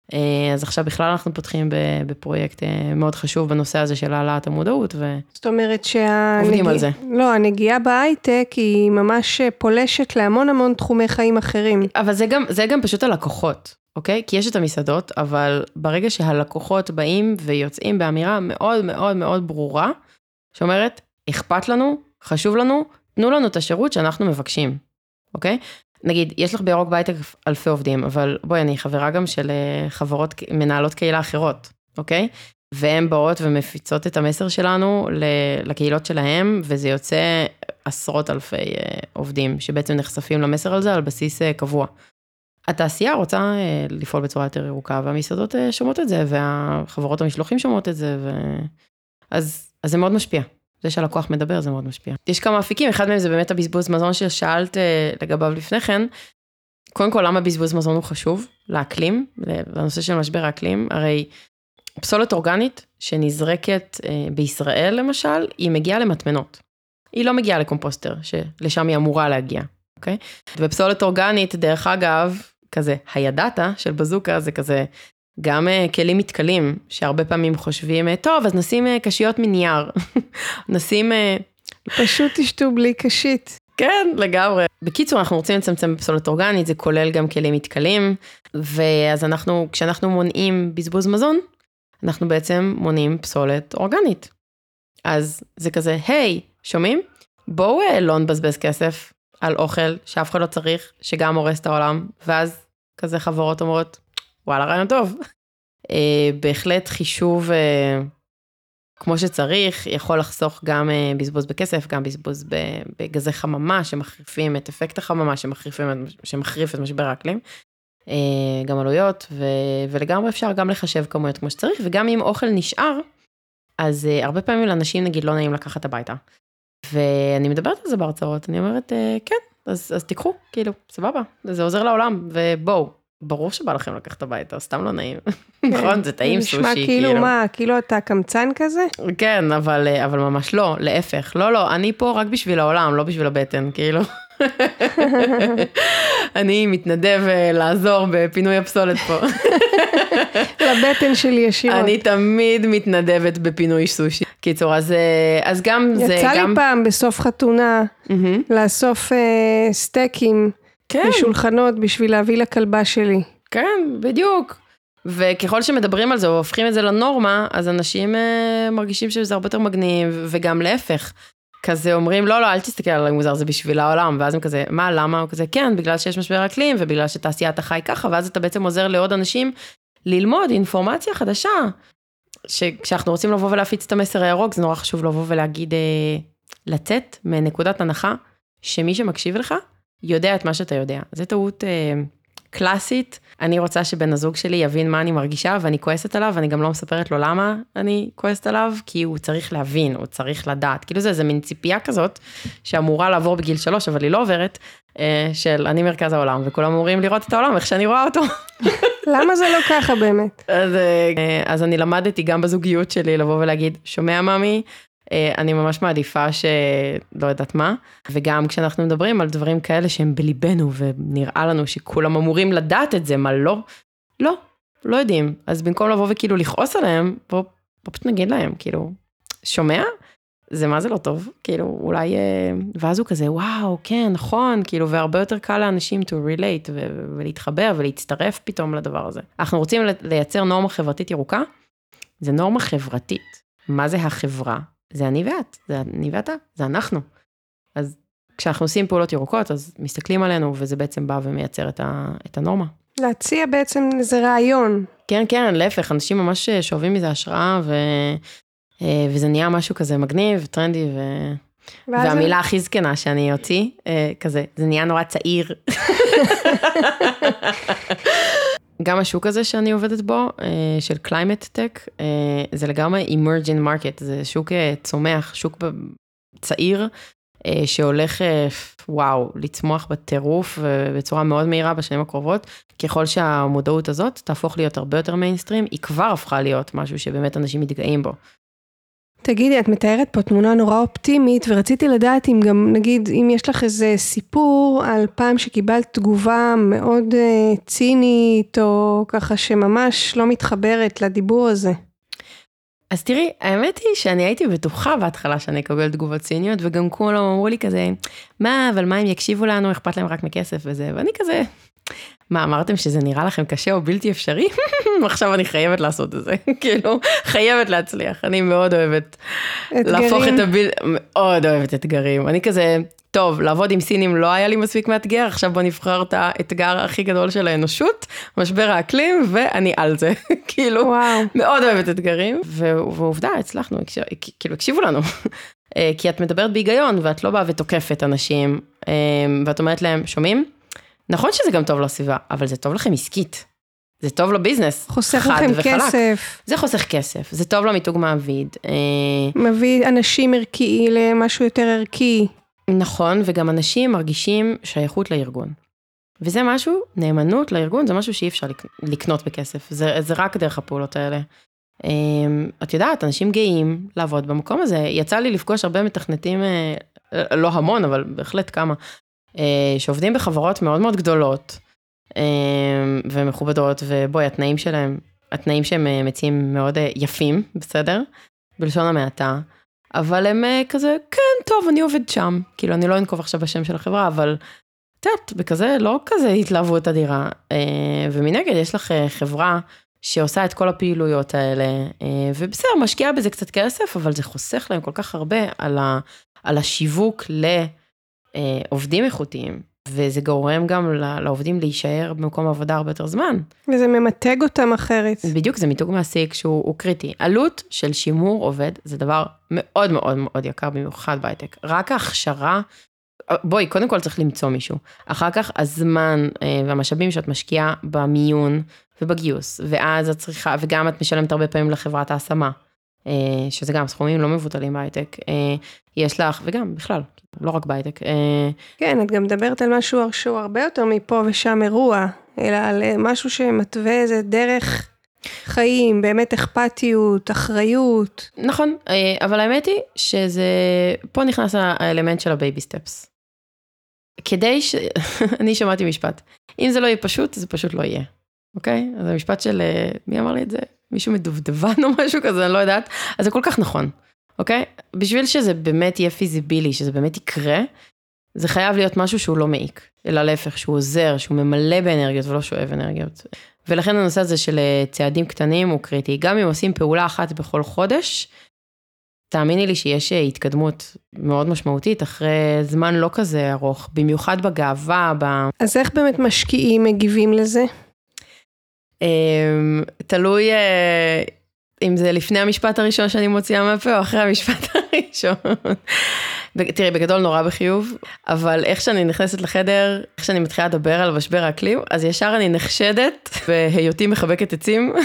אז עכשיו בכלל אנחנו פותחים בפרויקט מאוד חשוב בנושא הזה של העלאת המודעות. ו... זאת אומרת שה... עובדים על זה. לא, הנגיעה בהייטק היא ממש פולשת להמון המון תחומי חיים אחרים. אבל זה גם, זה גם פשוט הלקוחות, אוקיי? כי יש את המסעדות, אבל ברגע שהלקוחות באים ויוצאים באמירה מאוד מאוד מאוד ברורה, שאומרת, אכפת לנו, חשוב לנו, תנו לנו את השירות שאנחנו מבקשים, אוקיי? נגיד, יש לך בירוק בהייטק אלפי עובדים, אבל בואי, אני חברה גם של חברות, מנהלות קהילה אחרות, אוקיי? והן באות ומפיצות את המסר שלנו לקהילות שלהם, וזה יוצא עשרות אלפי עובדים, שבעצם נחשפים למסר על זה על בסיס קבוע. התעשייה רוצה לפעול בצורה יותר ירוקה, והמסעדות שומעות את זה, והחברות המשלוחים שומעות את זה, ו... אז, אז זה מאוד משפיע. זה שהלקוח מדבר, זה מאוד משפיע. יש כמה אפיקים, אחד מהם זה באמת הבזבוז מזון ששאלת לגביו לפני כן. קודם כל, למה בזבוז מזון הוא חשוב? לאקלים, לנושא של משבר האקלים. הרי פסולת אורגנית שנזרקת בישראל, למשל, היא מגיעה למטמנות. היא לא מגיעה לקומפוסטר, שלשם היא אמורה להגיע. אוקיי? ופסולת אורגנית, דרך אגב, כזה, הידעתה של בזוקה, זה כזה, גם כלים מתקלים, שהרבה פעמים חושבים, טוב, אז נשים קשיות מנייר, נשים... פשוט תשתו בלי קשית. כן, לגמרי. בקיצור, אנחנו רוצים לצמצם בפסולת אורגנית, זה כולל גם כלים מתקלים, ואז אנחנו, כשאנחנו מונעים בזבוז מזון, אנחנו בעצם מונעים פסולת אורגנית. אז זה כזה, היי, שומעים? בואו לא נבזבז כסף על אוכל שאף אחד לא צריך, שגם הורס את העולם, ואז כזה חברות אומרות, וואלה, רעיון טוב. בהחלט חישוב כמו שצריך, יכול לחסוך גם בזבוז בכסף, גם בזבוז בגזי חממה, שמחריפים את אפקט החממה, שמחריף את משבר האקלים, גם עלויות, ולגמרי אפשר גם לחשב כמויות כמו שצריך, וגם אם אוכל נשאר, אז הרבה פעמים לאנשים נגיד לא נעים לקחת הביתה. ואני מדברת על זה בהרצאות, אני אומרת, כן, אז, אז תיקחו, כאילו, סבבה, זה עוזר לעולם, ובואו, ברור שבא לכם לקחת הביתה, סתם לא נעים. נכון, זה טעים סושי, כאילו. נשמע כאילו מה, כאילו אתה קמצן כזה? כן, אבל, אבל ממש לא, להפך. לא, לא, אני פה רק בשביל העולם, לא בשביל הבטן, כאילו. אני מתנדב לעזור בפינוי הפסולת פה. לבטן שלי ישירות. אני תמיד מתנדבת בפינוי סושי. קיצור, אז, אז גם זה... יצא גם... לי פעם בסוף חתונה, לאסוף uh, סטייקים, כן. בשולחנות בשביל להביא לכלבה שלי. כן, בדיוק. וככל שמדברים על זה, או הופכים את זה לנורמה, אז אנשים uh, מרגישים שזה הרבה יותר מגניב, וגם להפך. כזה אומרים, לא, לא, אל תסתכל על המוזר, זה בשביל העולם, ואז הם כזה, מה, למה? הוא כזה, כן, בגלל שיש משבר אקלים, ובגלל שתעשיית החי ככה, ואז אתה בעצם עוזר לעוד אנשים ללמוד אינפורמציה חדשה, שכשאנחנו רוצים לבוא ולהפיץ את המסר הירוק, זה נורא חשוב לבוא ולהגיד, לצאת מנקודת הנחה, שמי שמקשיב לך, יודע את מה שאתה יודע. זו טעות אה, קלאסית, אני רוצה שבן הזוג שלי יבין מה אני מרגישה, ואני כועסת עליו, ואני גם לא מספרת לו למה אני כועסת עליו, כי הוא צריך להבין, הוא צריך לדעת. כאילו זה, זה מין ציפייה כזאת, שאמורה לעבור בגיל שלוש, אבל היא לא עוברת, אה, של אני מרכז העולם, וכולם אמורים לראות את העולם, איך שאני רואה אותו. למה זה לא ככה באמת? אז, אה, אז אני למדתי גם בזוגיות שלי, לבוא ולהגיד, שומע ממי, אני ממש מעדיפה שלא יודעת מה, וגם כשאנחנו מדברים על דברים כאלה שהם בליבנו, ונראה לנו שכולם אמורים לדעת את זה, מה לא? לא, לא יודעים. אז במקום לבוא וכאילו לכעוס עליהם, בוא, בוא פשוט נגיד להם, כאילו, שומע? זה מה זה לא טוב? כאילו, אולי, ואז הוא כזה, וואו, כן, נכון, כאילו, והרבה יותר קל לאנשים to relate, ו- ולהתחבר, ולהצטרף פתאום לדבר הזה. אנחנו רוצים לייצר נורמה חברתית ירוקה, זה נורמה חברתית. מה זה החברה? זה אני ואת, זה אני ואתה, זה אנחנו. אז כשאנחנו עושים פעולות ירוקות, אז מסתכלים עלינו, וזה בעצם בא ומייצר את, ה, את הנורמה. להציע בעצם איזה רעיון. כן, כן, להפך, אנשים ממש שואבים מזה השראה, ו, וזה נהיה משהו כזה מגניב, טרנדי, ו... והמילה הכי זקנה שאני אוציא, כזה, זה נהיה נורא צעיר. גם השוק הזה שאני עובדת בו, של climate tech, זה לגמרי emerging market, זה שוק צומח, שוק צעיר, שהולך, וואו, לצמוח בטירוף, בצורה מאוד מהירה בשנים הקרובות, ככל שהמודעות הזאת תהפוך להיות הרבה יותר מיינסטרים, היא כבר הפכה להיות משהו שבאמת אנשים מתגאים בו. תגידי, את מתארת פה תמונה נורא אופטימית, ורציתי לדעת אם גם, נגיד, אם יש לך איזה סיפור על פעם שקיבלת תגובה מאוד uh, צינית, או ככה שממש לא מתחברת לדיבור הזה. אז תראי, האמת היא שאני הייתי בטוחה בהתחלה שאני אקבל תגובות ציניות, וגם כולם אמרו לי כזה, מה, אבל מה הם יקשיבו לנו, אכפת להם רק מכסף וזה, ואני כזה, מה, אמרתם שזה נראה לכם קשה או בלתי אפשרי? עכשיו אני חייבת לעשות את זה, כאילו, חייבת להצליח, אני מאוד אוהבת אתגרים. להפוך את הביל... מאוד אוהבת אתגרים, אני כזה, טוב, לעבוד עם סינים לא היה לי מספיק מאתגר, עכשיו בוא נבחר את האתגר הכי גדול של האנושות, משבר האקלים, ואני על זה, כאילו, וואו. מאוד אוהבת אתגרים, ועובדה, הצלחנו, כאילו, הקשיבו לנו, כי את מדברת בהיגיון, ואת לא באה ותוקפת אנשים, ואת אומרת להם, שומעים? נכון שזה גם טוב לסביבה, אבל זה טוב לכם עסקית. זה טוב לביזנס. חוסך לכם כסף. זה חוסך כסף. זה טוב למיתוג מעביד. מביא אנשים ערכי למשהו יותר ערכי. נכון, וגם אנשים מרגישים שייכות לארגון. וזה משהו, נאמנות לארגון, זה משהו שאי אפשר לקנות בכסף. זה, זה רק דרך הפעולות האלה. את יודעת, אנשים גאים לעבוד במקום הזה. יצא לי לפגוש הרבה מתכנתים, לא המון, אבל בהחלט כמה. שעובדים בחברות מאוד מאוד גדולות, ומכובדות, ובואי, התנאים שלהם, התנאים שהם מציעים מאוד יפים, בסדר? בלשון המעטה, אבל הם כזה, כן, טוב, אני עובד שם. כאילו, אני לא אנקוב עכשיו בשם של החברה, אבל, את יודעת, בכזה, לא כזה התלהבו את הדירה. ומנגד, יש לך חברה שעושה את כל הפעילויות האלה, ובסדר, משקיעה בזה קצת כסף, אבל זה חוסך להם כל כך הרבה על, ה, על השיווק לעובדים איכותיים. וזה גורם גם לעובדים להישאר במקום העבודה הרבה יותר זמן. וזה ממתג אותם אחרת. בדיוק, זה מיתוג מעסיק שהוא קריטי. עלות של שימור עובד, זה דבר מאוד מאוד מאוד יקר, במיוחד בהייטק. רק ההכשרה, בואי, קודם כל צריך למצוא מישהו. אחר כך הזמן והמשאבים שאת משקיעה במיון ובגיוס, ואז את צריכה, וגם את משלמת הרבה פעמים לחברת ההשמה, שזה גם סכומים לא מבוטלים בהייטק. יש לך, וגם בכלל, לא רק בהייטק. כן, את גם מדברת על משהו שהוא הרבה יותר מפה ושם אירוע, אלא על משהו שמתווה איזה דרך חיים, באמת אכפתיות, אחריות. נכון, אבל האמת היא שזה, פה נכנס האלמנט של הבייבי סטפס. כדי ש... אני שמעתי משפט, אם זה לא יהיה פשוט, זה פשוט לא יהיה. אוקיי? אז המשפט של, מי אמר לי את זה? מישהו מדובדבן או משהו כזה, אני לא יודעת. אז זה כל כך נכון. אוקיי? בשביל שזה באמת יהיה פיזיבילי, שזה באמת יקרה, זה חייב להיות משהו שהוא לא מעיק, אלא להפך, שהוא עוזר, שהוא ממלא באנרגיות ולא שואב אנרגיות. ולכן הנושא הזה של צעדים קטנים הוא קריטי. גם אם עושים פעולה אחת בכל חודש, תאמיני לי שיש התקדמות מאוד משמעותית, אחרי זמן לא כזה ארוך, במיוחד בגאווה. ב... אז איך באמת משקיעים מגיבים לזה? תלוי... אם זה לפני המשפט הראשון שאני מוציאה מהפה, או אחרי המשפט הראשון. תראי, בגדול נורא בחיוב, אבל איך שאני נכנסת לחדר, איך שאני מתחילה לדבר על משבר האקלים, אז ישר אני נחשדת, בהיותי מחבקת עצים.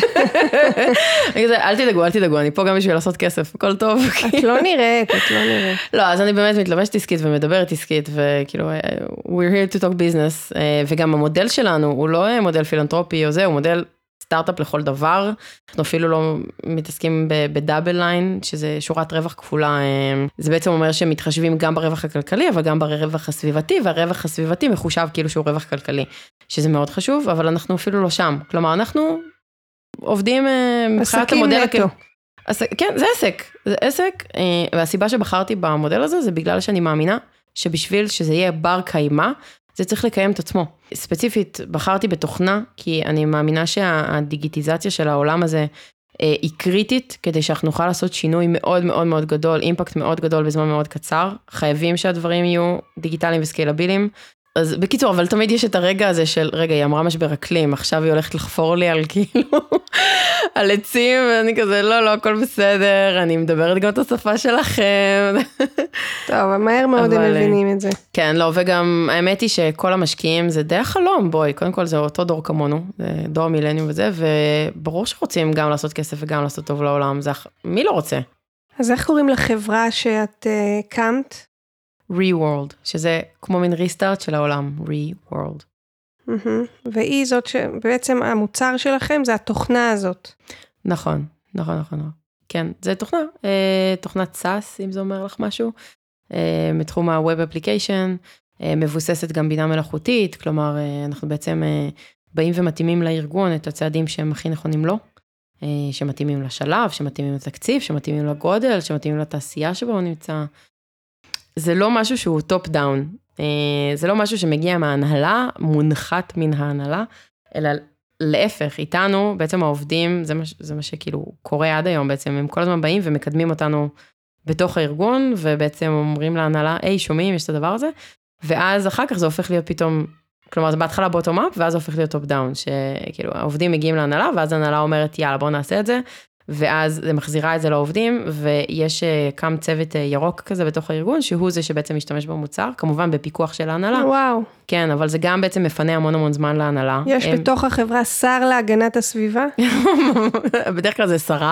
אל תדאגו, אל תדאגו, אני פה גם בשביל לעשות כסף, הכל טוב. את לא נראית, את לא נראית. לא, אז אני באמת מתלבשת עסקית ומדברת עסקית, וכאילו, we're here to talk business, וגם המודל שלנו, הוא לא מודל פילנטרופי או זה, הוא מודל סטארט-אפ לכל דבר, אנחנו אפילו לא מתעסקים בדאבל ליין, שזה שורת רווח כפולה, זה בעצם אומר שהם מתחשבים גם ברווח הכלכלי, אבל גם ברווח הסביבתי, והרווח הסביבתי מחושב כאילו שהוא רווח כלכלי, שזה מאוד חשוב, אבל אנחנו אפילו לא שם, כלומר אנחנו עובדים מבחינת המודל. עסקים נטו. כן, זה עסק, זה עסק, והסיבה שבחרתי במודל הזה, זה בגלל שאני מאמינה, שבשביל שזה יהיה בר קיימה, זה צריך לקיים את עצמו. ספציפית, בחרתי בתוכנה, כי אני מאמינה שהדיגיטיזציה של העולם הזה היא קריטית, כדי שאנחנו נוכל לעשות שינוי מאוד מאוד מאוד גדול, אימפקט מאוד גדול בזמן מאוד קצר. חייבים שהדברים יהיו דיגיטליים וסקיילביליים. אז בקיצור, אבל תמיד יש את הרגע הזה של, רגע, היא אמרה משבר אקלים, עכשיו היא הולכת לחפור לי על כאילו, על עצים, ואני כזה, לא, לא, הכל בסדר, אני מדברת גם את השפה שלכם. טוב, מהר מאוד הם מבינים את זה. כן, לא, וגם האמת היא שכל המשקיעים זה די החלום, בואי, קודם כל זה אותו דור כמונו, זה דור מילניום וזה, וברור שרוצים גם לעשות כסף וגם לעשות טוב לעולם, זה, מי לא רוצה? אז איך קוראים לחברה שאת uh, קמת? Reworld, שזה כמו מין ריסטארט של העולם, Reworld. והיא זאת שבעצם המוצר שלכם זה התוכנה הזאת. נכון, נכון, נכון. כן, זה תוכנה, תוכנת סאס, אם זה אומר לך משהו, מתחום ה-Web Application, מבוססת גם בינה מלאכותית, כלומר, אנחנו בעצם באים ומתאימים לארגון את הצעדים שהם הכי נכונים לו, שמתאימים לשלב, שמתאימים לתקציב, שמתאימים לגודל, שמתאימים לתעשייה שבו הוא נמצא. זה לא משהו שהוא טופ דאון, זה לא משהו שמגיע מההנהלה, מונחת מן ההנהלה, אלא להפך, איתנו, בעצם העובדים, זה מה, זה מה שכאילו קורה עד היום בעצם, הם כל הזמן באים ומקדמים אותנו בתוך הארגון, ובעצם אומרים להנהלה, היי, שומעים, יש את הדבר הזה, ואז אחר כך זה הופך להיות פתאום, כלומר, זה בהתחלה בוטום-אפ, ואז זה הופך להיות טופ-דאון, שכאילו, העובדים מגיעים להנהלה, ואז ההנהלה אומרת, יאללה, בואו נעשה את זה, ואז זה מחזירה את זה לעובדים, ויש קם צוות ירוק כזה בתוך הארגון, שהוא זה שבעצם משתמש במוצר, כמובן בפיקוח של ההנהלה. וואו. כן, אבל זה גם בעצם מפנה המון המון זמן להנהלה. יש הם... בתוך החברה שר להגנת הסביבה? בדרך כלל זה שרה.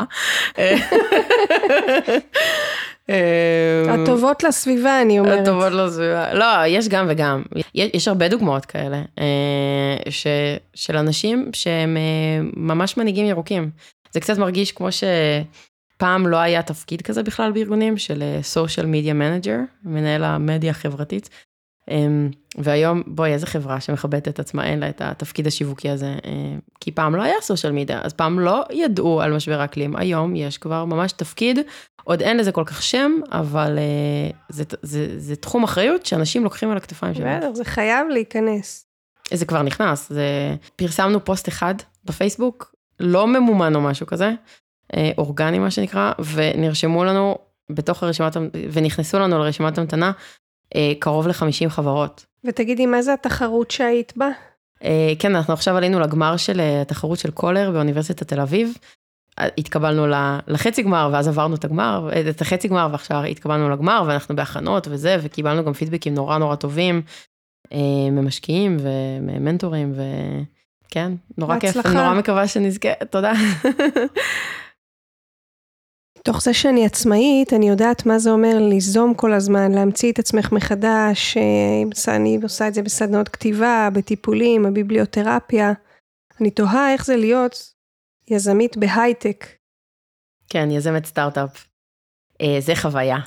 הטובות לסביבה, אני אומרת. הטובות לסביבה. לא, יש גם וגם. יש, יש הרבה דוגמאות כאלה, ש, של אנשים שהם ממש מנהיגים ירוקים. זה קצת מרגיש כמו שפעם לא היה תפקיד כזה בכלל בארגונים, של סושיאל מדיה מנג'ר, מנהל המדיה החברתית. והיום, בואי, איזה חברה שמכבדת את עצמה, אין לה את התפקיד השיווקי הזה, כי פעם לא היה סושיאל מדיה, אז פעם לא ידעו על משבר האקלים, היום יש כבר ממש תפקיד, עוד אין לזה כל כך שם, אבל זה, זה, זה תחום אחריות שאנשים לוקחים על הכתפיים שלהם. בטח, זה חייב להיכנס. זה כבר נכנס, זה... פרסמנו פוסט אחד בפייסבוק, לא ממומן או משהו כזה, אורגני מה שנקרא, ונרשמו לנו בתוך הרשימת, ונכנסו לנו לרשימת המתנה, קרוב ל-חמישים חברות. ותגידי, מה זה התחרות שהיית בה? כן, אנחנו עכשיו עלינו לגמר של התחרות של קולר באוניברסיטת תל אביב, התקבלנו לחצי גמר, ואז עברנו את הגמר, את החצי גמר, ועכשיו התקבלנו לגמר, ואנחנו בהכנות וזה, וקיבלנו גם פידבקים נורא נורא טובים, ממשקיעים ומנטורים, וכן, נורא כיף, אני נורא מקווה שנזכה, תודה. תוך זה שאני עצמאית, אני יודעת מה זה אומר ליזום כל הזמן, להמציא את עצמך מחדש, אני עושה את זה בסדנאות כתיבה, בטיפולים, בביבליותרפיה, אני תוהה איך זה להיות יזמית בהייטק. כן, יזמת סטארט-אפ. זה חוויה.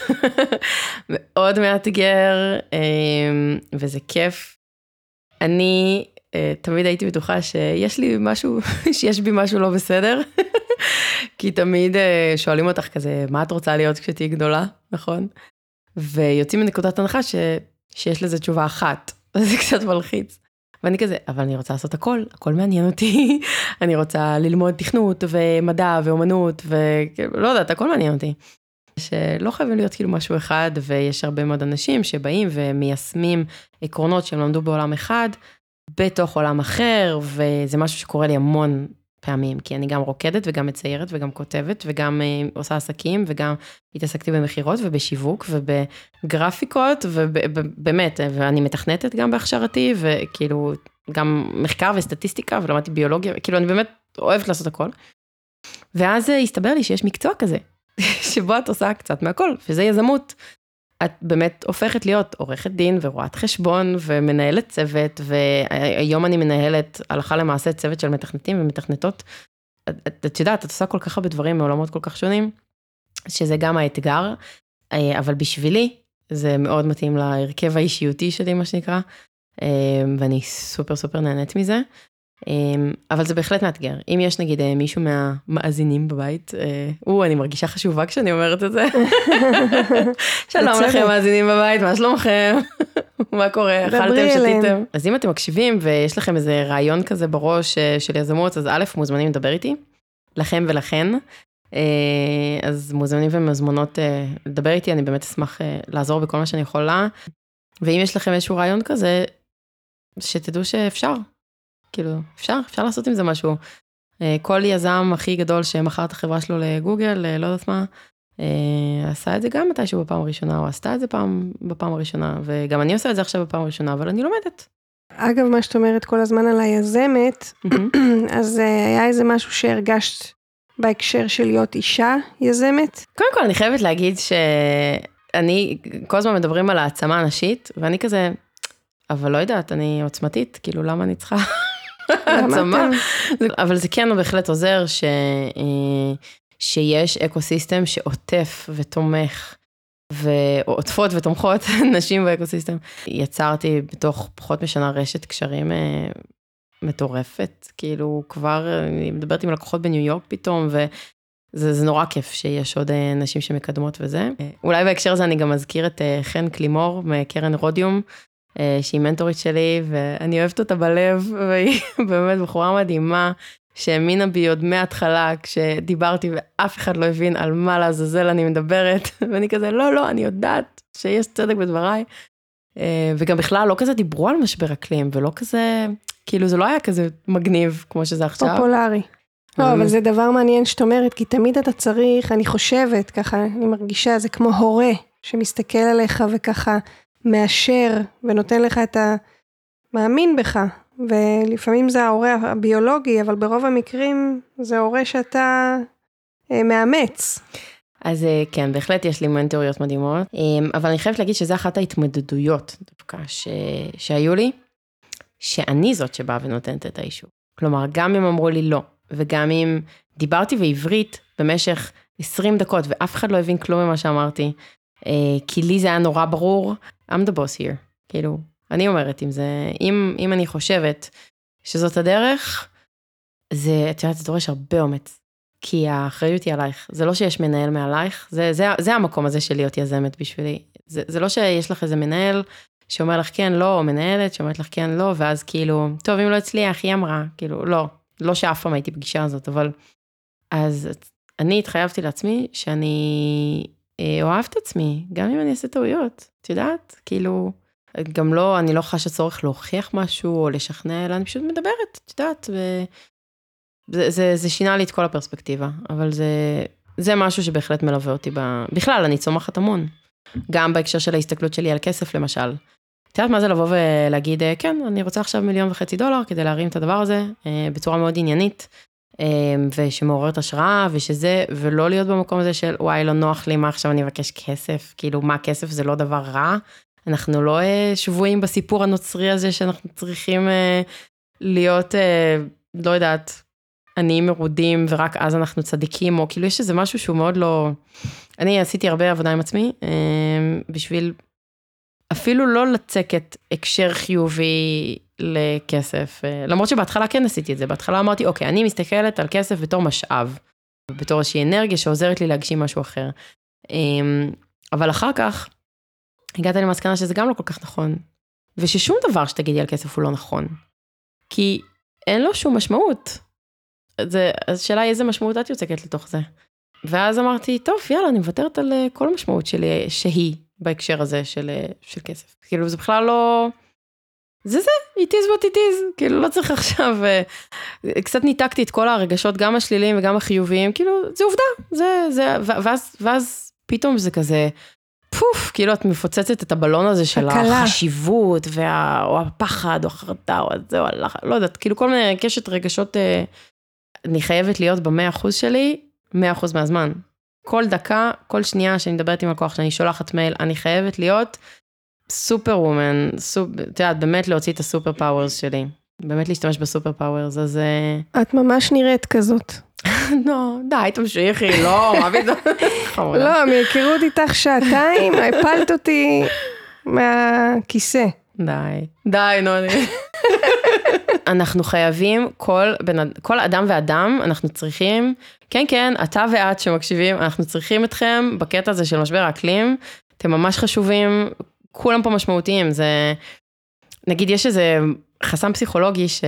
מאוד מאתגר, וזה כיף. אני תמיד הייתי בטוחה שיש לי משהו, שיש בי משהו לא בסדר, כי תמיד שואלים אותך כזה, מה את רוצה להיות כשתהי גדולה, נכון? ויוצאים מנקודת הנחה ש, שיש לזה תשובה אחת, זה קצת מלחיץ. ואני כזה, אבל אני רוצה לעשות הכל, הכל מעניין אותי, אני רוצה ללמוד תכנות ומדע ואומנות, ולא יודעת, הכל מעניין אותי. שלא חייבים להיות כאילו משהו אחד, ויש הרבה מאוד אנשים שבאים ומיישמים עקרונות שהם למדו בעולם אחד, בתוך עולם אחר, וזה משהו שקורה לי המון פעמים, כי אני גם רוקדת וגם מציירת וגם כותבת, וגם uh, עושה עסקים, וגם התעסקתי במחירות ובשיווק ובגרפיקות, ובאמת, ואני מתכנתת גם בהכשרתי, וכאילו גם מחקר וסטטיסטיקה, ולמדתי ביולוגיה, כאילו אני באמת אוהבת לעשות הכל. ואז הסתבר לי שיש מקצוע כזה, שבו את עושה קצת מהכל, וזה יזמות. את באמת הופכת להיות עורכת דין ורואת חשבון ומנהלת צוות, והיום אני מנהלת הלכה למעשה צוות של מתכנתים ומתכנתות. את, את יודעת, את עושה כל כך הרבה דברים מעולמות כל כך שונים, שזה גם האתגר, אבל בשבילי זה מאוד מתאים להרכב האישיותי שלי, מה שנקרא, ואני סופר סופר נהנית מזה. אבל זה בהחלט מאתגר. אם יש נגיד מישהו מהמאזינים בבית, או, אני מרגישה חשובה כשאני אומרת את זה. שלום לכם מאזינים בבית, מה שלומכם? מה קורה? אכלתם, שתיתם? אז אם אתם מקשיבים ויש לכם איזה רעיון כזה בראש של יזמות, אז א', מוזמנים לדבר איתי, לכם ולכן. אז מוזמנים ומזמנות לדבר איתי, אני באמת אשמח לעזור בכל מה שאני יכולה. ואם יש לכם איזשהו רעיון כזה, שתדעו שאפשר. כאילו, אפשר, אפשר לעשות עם זה משהו. כל יזם הכי גדול שמכר את החברה שלו לגוגל, לא יודעת מה, עשה את זה גם מתישהו בפעם הראשונה, או עשתה את זה פעם בפעם הראשונה, וגם אני עושה את זה עכשיו בפעם הראשונה, אבל אני לומדת. אגב, מה שאת אומרת כל הזמן על היזמת, אז היה איזה משהו שהרגשת בהקשר של להיות אישה יזמת? קודם כל, אני חייבת להגיד שאני, כל הזמן מדברים על העצמה הנשית, ואני כזה, אבל לא יודעת, אני עוצמתית, כאילו, למה אני צריכה העצמה? אבל זה כן בהחלט עוזר ש... שיש אקוסיסטם שעוטף ותומך, ועוטפות ותומכות נשים באקוסיסטם. יצרתי בתוך פחות משנה רשת קשרים מטורפת, כאילו כבר, אני מדברת עם לקוחות בניו יורק פתאום, וזה נורא כיף שיש עוד נשים שמקדמות וזה. אולי בהקשר הזה אני גם אזכיר את חן קלימור מקרן רודיום, שהיא מנטורית שלי, ואני אוהבת אותה בלב, והיא באמת בחורה מדהימה, שהאמינה בי עוד מההתחלה, כשדיברתי ואף אחד לא הבין על מה לעזאזל אני מדברת, ואני כזה, לא, לא, אני יודעת שיש צדק בדבריי, וגם בכלל לא כזה דיברו על משבר אקלים, ולא כזה, כאילו זה לא היה כזה מגניב, כמו שזה עכשיו. פופולרי. לא, אבל זה דבר מעניין שאת אומרת, כי תמיד אתה צריך, אני חושבת, ככה, אני מרגישה, זה כמו הורה, שמסתכל עליך וככה, מאשר, ונותן לך את המאמין בך, ולפעמים זה ההורה הביולוגי, אבל ברוב המקרים זה ההורה שאתה אה, מאמץ. אז כן, בהחלט יש לי מנטוריות מדהימות, אבל אני חייבת להגיד שזה אחת ההתמודדויות דווקא ש... שהיו לי, שאני זאת שבאה ונותנת את האישור. כלומר, גם אם אמרו לי לא, וגם אם דיברתי בעברית במשך עשרים דקות, ואף אחד לא הבין כלום ממה שאמרתי, כי לי זה היה נורא ברור, I'm the boss here. כאילו, אני אומרת, אם זה, אם, אם אני חושבת שזאת הדרך, זה, את יודעת, זה דורש הרבה אומץ, כי האחריות היא עלייך, זה לא שיש מנהל מעלייך, זה, זה, זה המקום הזה של להיות יזמת בשבילי, זה, זה לא שיש לך איזה מנהל, שאומר לך כן, לא, או מנהלת, שאומרת לך כן, לא, ואז כאילו, טוב, אם לא הצליח, היא אמרה, כאילו, לא, לא שאף פעם הייתי פגישה הזאת, אבל, אז אני התחייבתי לעצמי, שאני אה, אוהב את עצמי, גם אם אני אעשה טעויות, את יודעת, כאילו, גם לא, אני לא חשה צורך להוכיח משהו, או לשכנע, אלא אני פשוט מדברת, את יודעת, ו... זה, זה, זה שינה לי את כל הפרספקטיבה, אבל זה, זה משהו שבהחלט מלווה אותי ב... בכלל, אני צומחת המון. גם בהקשר של ההסתכלות שלי על כסף, למשל. את יודעת מה זה לבוא ולהגיד, כן, אני רוצה עכשיו מיליון וחצי דולר, כדי להרים את הדבר הזה, בצורה מאוד עניינית, ושמעוררת השראה, ושזה, ולא להיות במקום הזה של, וואי, לא נוח לי, מה עכשיו אני אבקש כסף? כאילו, מה כסף זה לא דבר רע? אנחנו לא שבועים בסיפור הנוצרי הזה, שאנחנו צריכים להיות, לא יודעת, עניים מרודים, ורק אז אנחנו צדיקים, או כאילו יש איזה משהו שהוא מאוד לא... אני עשיתי הרבה עבודה עם עצמי, בשביל אפילו לא לצקת הקשר חיובי לכסף, למרות שבהתחלה כן עשיתי את זה, בהתחלה אמרתי, אוקיי, אני מסתכלת על כסף בתור משאב, בתור איזושהי אנרגיה שעוזרת לי להגשים משהו אחר. אבל אחר כך, הגעתי למסקנה שזה גם לא כל כך נכון, וששום דבר שתגידי על כסף הוא לא נכון, כי אין לו שום משמעות. זה, אז שאלה היא איזה משמעות את יוצקת לתוך זה. ואז אמרתי, טוב, יאללה, אני מוותרת על כל המשמעות שלי, שהיא בהקשר הזה של, של כסף. כאילו, זה בכלל לא... זה זה, it is what it is. כאילו, לא צריך עכשיו... קצת ניתקתי את כל הרגשות, גם השליליים וגם החיוביים, כאילו, זה עובדה. זה, זה, ואז, ואז פתאום זה כזה... פוף, כאילו את מפוצצת את הבלון הזה של הקלה. החשיבות, וה, או הפחד, או החרדה, או זה, או הלחץ, לא יודעת, כאילו כל מיני קשת רגשות, אה, אני חייבת להיות במאה אחוז שלי, מאה אחוז מהזמן. כל דקה, כל שנייה שאני מדברת עם הכוח, שאני שולחת מייל, אני חייבת להיות סופר וומן, סופ, את יודעת, באמת להוציא את הסופר פאוורס שלי, באמת להשתמש בסופר פאוורס, אז... את ממש נראית כזאת. לא, די, תמשיכי, לא, מה פתאום? לא, מהיכרות איתך שעתיים, הפלת אותי מהכיסא. די, די, נו, אני... אנחנו חייבים, כל, כל אדם ואדם, אנחנו צריכים, כן, כן, אתה ואת שמקשיבים, אנחנו צריכים אתכם בקטע הזה של משבר האקלים, אתם ממש חשובים, כולם פה משמעותיים, זה, נגיד, יש איזה חסם פסיכולוגי ש...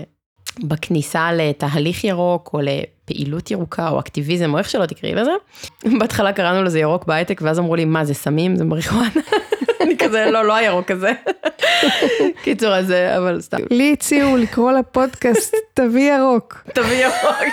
בכניסה לתהליך ירוק, או לפעילות ירוקה, או אקטיביזם, או איך שלא תקראי לזה. בהתחלה קראנו לזה ירוק בהייטק, ואז אמרו לי, מה זה סמים? זה מריחואנה. אני כזה, לא, לא הירוק הזה. קיצור הזה, אבל סתם. לי הציעו לקרוא לפודקאסט, תביא ירוק. תביא ירוק.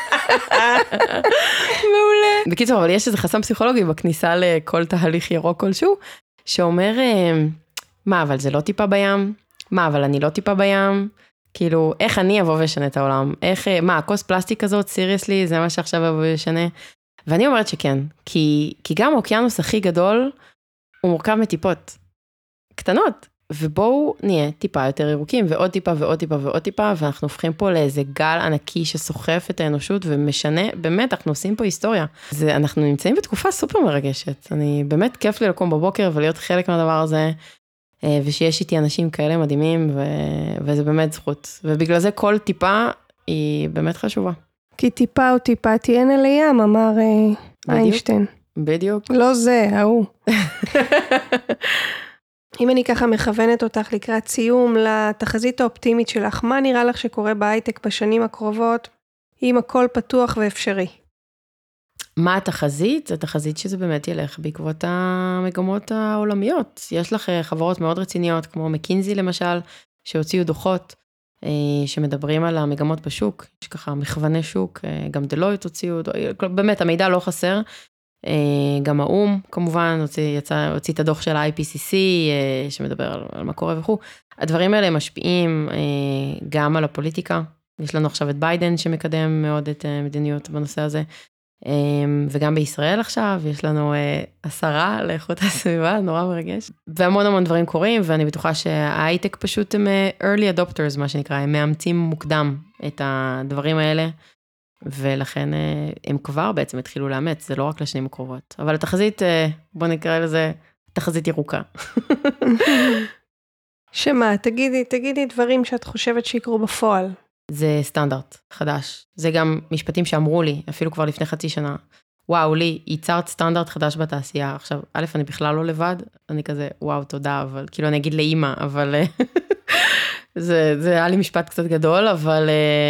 מעולה. בקיצור, אבל יש איזה חסם פסיכולוגי בכניסה לכל תהליך ירוק כלשהו, שאומר, מה, אבל זה לא טיפה בים? מה, אבל אני לא טיפה בים? כאילו, איך אני אבוא ושנה את העולם? איך, מה, הכוס פלסטיק הזאת, סיריוסלי, זה מה שעכשיו אבוא ושנה? ואני אומרת שכן, כי, כי גם האוקיינוס הכי גדול, הוא מורכב מטיפות קטנות, ובואו נהיה טיפה יותר ירוקים, ועוד טיפה ועוד טיפה ועוד טיפה, ואנחנו הופכים פה לאיזה גל ענקי שסוחף את האנושות, ומשנה, באמת, אנחנו עושים פה היסטוריה. זה, אנחנו נמצאים בתקופה סופר מרגשת, אני, באמת כיף לי לקום בבוקר, ולהיות חלק מהדבר הזה, ושיש איתי אנשים כאלה מדהימים, ו... וזה באמת זכות. ובגלל זה כל טיפה היא באמת חשובה. כי טיפה או טיפה תהיינה לים, אמר איינשטיין. בדיוק. לא זה, ההוא. אם אני ככה מכוונת אותך לקראת סיום לתחזית האופטימית שלך, מה נראה לך שקורה בהייטק בשנים הקרובות, אם הכל פתוח ואפשרי? מה התחזית? זה תחזית שזה באמת ילך בעקבות המגמות העולמיות. יש לך חברות מאוד רציניות, כמו מקינזי למשל, שהוציאו דוחות, שמדברים על המגמות בשוק, יש ככה מכווני שוק, גם דלויט הוציאו, באמת המידע לא חסר, גם האום כמובן, הוציא, יצא, הוציא את הדוח של ה-איי פי סי סי, שמדבר על, על מה קורה וכו'. הדברים האלה משפיעים גם על הפוליטיקה, יש לנו עכשיו את ביידן שמקדם מאוד את מדיניות בנושא הזה, וגם בישראל עכשיו, יש לנו עשרה לאיכות הסביבה, נורא מרגש, והמון המון דברים קורים, ואני בטוחה שההייטק פשוט הם early adopters, מה שנקרא, הם מאמצים מוקדם את הדברים האלה, ולכן הם כבר בעצם התחילו לאמץ, זה לא רק לשנים הקרובות, אבל התחזית, בוא נקרא לזה, תחזית ירוקה. שמה, תגידי, תגידי דברים שאת חושבת שיקרו בפועל. זה סטנדרט חדש. זה גם משפטים שאמרו לי, אפילו כבר לפני חצי שנה. וואו, לי, ייצרת סטנדרט חדש בתעשייה. עכשיו, א', אני בכלל לא לבד, אני כזה, וואו, תודה, אבל, כאילו אני אגיד לאמא, אבל זה, זה היה לי משפט קצת גדול, אבל,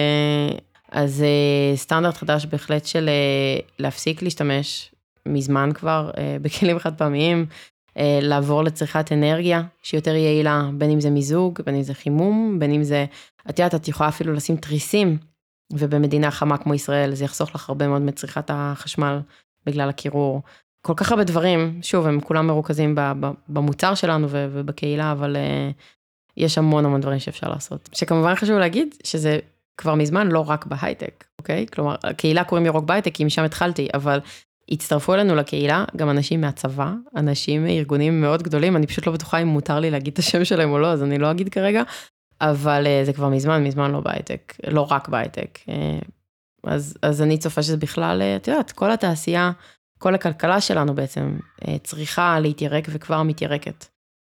אז סטנדרט חדש בהחלט של להפסיק להשתמש מזמן כבר, בכלים חד פעמיים, לעבור לצריכת אנרגיה, שהיא יותר יעילה, בין אם זה מיזוג, בין אם זה חימום, בין אם זה, את יודעת, את יכולה אפילו לשים תריסים, ובמדינה חמה כמו ישראל, זה יחסוך לך הרבה מאוד מצריכת החשמל, בגלל הקירור. כל כך הרבה דברים, שוב, הם כולם מרוכזים במוצר שלנו ובקהילה, אבל יש המון המון דברים שאפשר לעשות. שכמובן חשוב להגיד, שזה כבר מזמן לא רק בהייטק, אוקיי? כלומר, הקהילה קוראים ירוק בהייטק, כי משם התחלתי, אבל הצטרפו אלינו לקהילה, גם אנשים מהצבא, אנשים מארגונים מאוד גדולים, אני פשוט לא בטוחה אם מותר לי להגיד את השם שלהם או לא, אז אני לא אגיד כרגע, אבל זה כבר מזמן, מזמן לא בהייטק, לא רק בהייטק. אז, אז אני צופה שזה בכלל, את יודעת, כל התעשייה, כל הכלכלה שלנו בעצם, צריכה להתיירק וכבר מתיירקת.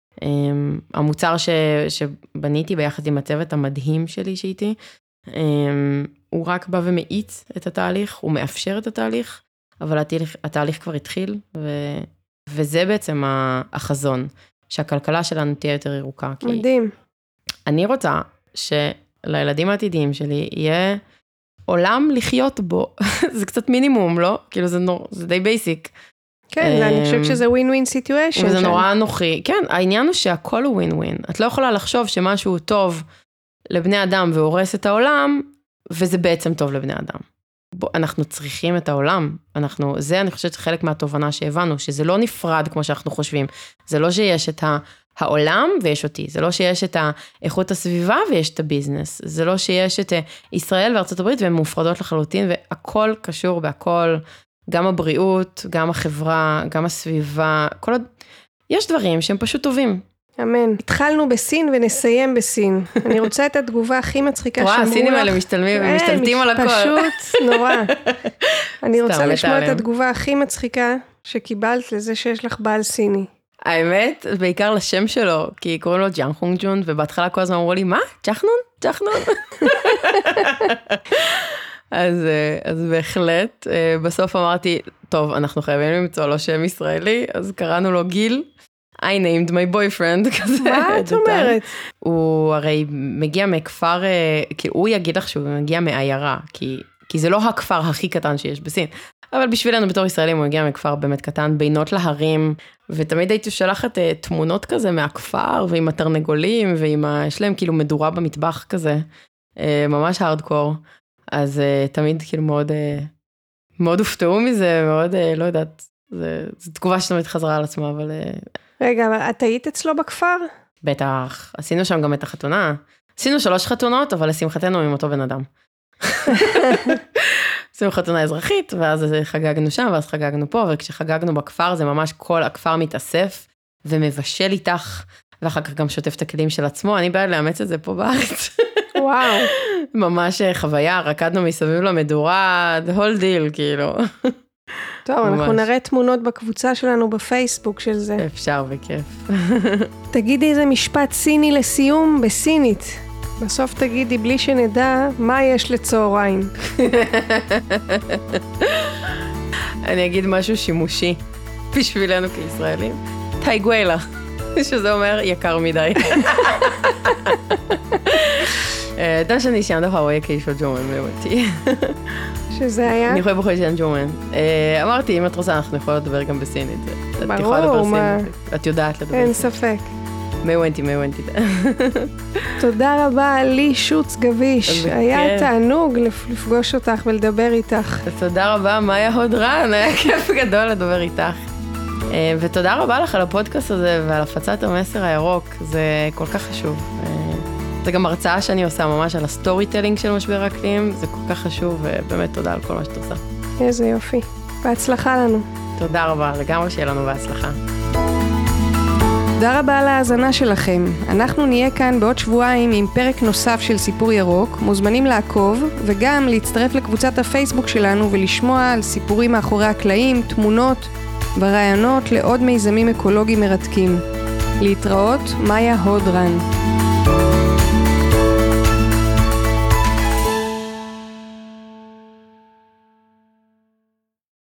המוצר ש, שבניתי ביחד עם הצוות המדהים שלי שאיתי, הוא רק בא ומאיץ את התהליך, הוא מאפשר את התהליך, אבל התהליך, התהליך כבר התחיל, ו, וזה בעצם החזון, שהכלכלה שלנו תהיה יותר ירוקה. מדהים. אני רוצה שלילדים העתידיים שלי יהיה עולם לחיות בו. זה קצת מינימום, לא? כאילו זה, נור, זה די בייסיק. כן, אני חושבת שזה ווין-ווין סיטואשן. וזה נורא אנוכי. כן, העניין הוא שהכל הוא ווין-ווין. את לא יכולה לחשוב שמשהו טוב לבני אדם והורס את העולם, וזה בעצם טוב לבני אדם. בוא, אנחנו צריכים את העולם. אנחנו, זה אני חושבת חלק מהתובנה שהבנו, שזה לא נפרד כמו שאנחנו חושבים. זה לא שיש את ה... העולם ויש אותי, זה לא שיש את האיכות הסביבה ויש את הביזנס, זה לא שיש את ישראל וארצות הברית והן מופרדות לחלוטין, והכל קשור בהכל, גם הבריאות, גם החברה, גם הסביבה, כל עוד... יש דברים שהם פשוט טובים. אמן. התחלנו בסין ונסיים בסין. אני רוצה את התגובה הכי מצחיקה שאמרו לך. וואה, הסינים האלה משתלמים ומשתלטים על הכל. פשוט נורא. אני רוצה לשמוע את התגובה הכי מצחיקה שקיבלת לזה שיש לך בעל סיני. האמת, בעיקר לשם שלו, כי קוראים לו ג'אן חונג ג'ון, ובהתחלה כל הזמן אמרו לי, מה? צ'חנון? צ'חנון? אז, אז בהחלט, בסוף אמרתי, טוב, אנחנו חייבים למצוא לו שם ישראלי, אז קראנו לו גיל, I named my boyfriend, כזה. מה את אומרת? הוא הרי מגיע מכפר, כי הוא יגיד לך שהוא מגיע מעיירה, כי, כי זה לא הכפר הכי קטן שיש בסין, אבל בשבילנו בתור ישראלים הוא הגיע מכפר באמת קטן, בינות להרים, ותמיד הייתי שלחת תמונות כזה מהכפר, ועם התרנגולים, ועם ה... יש להם כאילו מדורה במטבח כזה, ממש הארדקור, אז תמיד כאילו מאוד, מאוד הופתעו מזה, מאוד, לא יודעת, זו תגובה שתמיד חזרה על עצמה, אבל... רגע, אבל את היית אצלו בכפר? בטח, עשינו שם גם את החתונה, עשינו שלוש חתונות, אבל לשמחתנו עם אותו בן אדם. עשינו חתונה אזרחית, ואז חגגנו שם, ואז חגגנו פה, וכשחגגנו בכפר, זה ממש כל הכפר מתאסף, ומבשל איתך, ואחר כך גם שוטף את הכלים של עצמו, אני בעד לאמץ את זה פה בארץ. וואו. ממש חוויה, רקדנו מסביב למדורה, the whole deal, כאילו. טוב, אנחנו נראה תמונות בקבוצה שלנו בפייסבוק של זה. אפשר וכיף. תגידי איזה משפט סיני לסיום בסינית. בסוף תגידי בלי שנדע מה יש לצהריים. אני אגיד משהו שימושי בשבילנו כישראלים. טייגווילה, שזה אומר יקר מדי. דן שאני שיין דוחה הוא יקי של ג'ומן מאותי. שזה היה? אני יכולה בחוי שיין ג'ומן. אמרתי, אם את רוצה, אנחנו יכולים לדבר גם בסינית. ברור, מה? את יודעת לדבר. אין ספק. מאוונטי, מאוונטי. תודה רבה, לי שוץ גביש. היה תענוג לפגוש אותך ולדבר איתך. תודה רבה, מאיה הודרן, היה כיף גדול לדבר איתך. ותודה רבה לך על הפודקאסט הזה ועל הפצת המסר הירוק, זה כל כך חשוב. זה גם הרצאה שאני עושה ממש על הסטורי טלינג של משבר האקלים, זה כל כך חשוב, ובאמת תודה על כל מה שאת עושה. איזה יופי. בהצלחה לנו. תודה רבה, לגמרי שיהיה לנו בהצלחה. תודה רבה על ההאזנה שלכם. אנחנו נהיה כאן בעוד שבועיים עם פרק נוסף של סיפור ירוק. מוזמנים לעקוב וגם להצטרף לקבוצת הפייסבוק שלנו ולשמוע על סיפורים מאחורי הקלעים, תמונות ורעיונות לעוד מיזמים אקולוגיים מרתקים. להתראות, מאיה הודרן. ביי.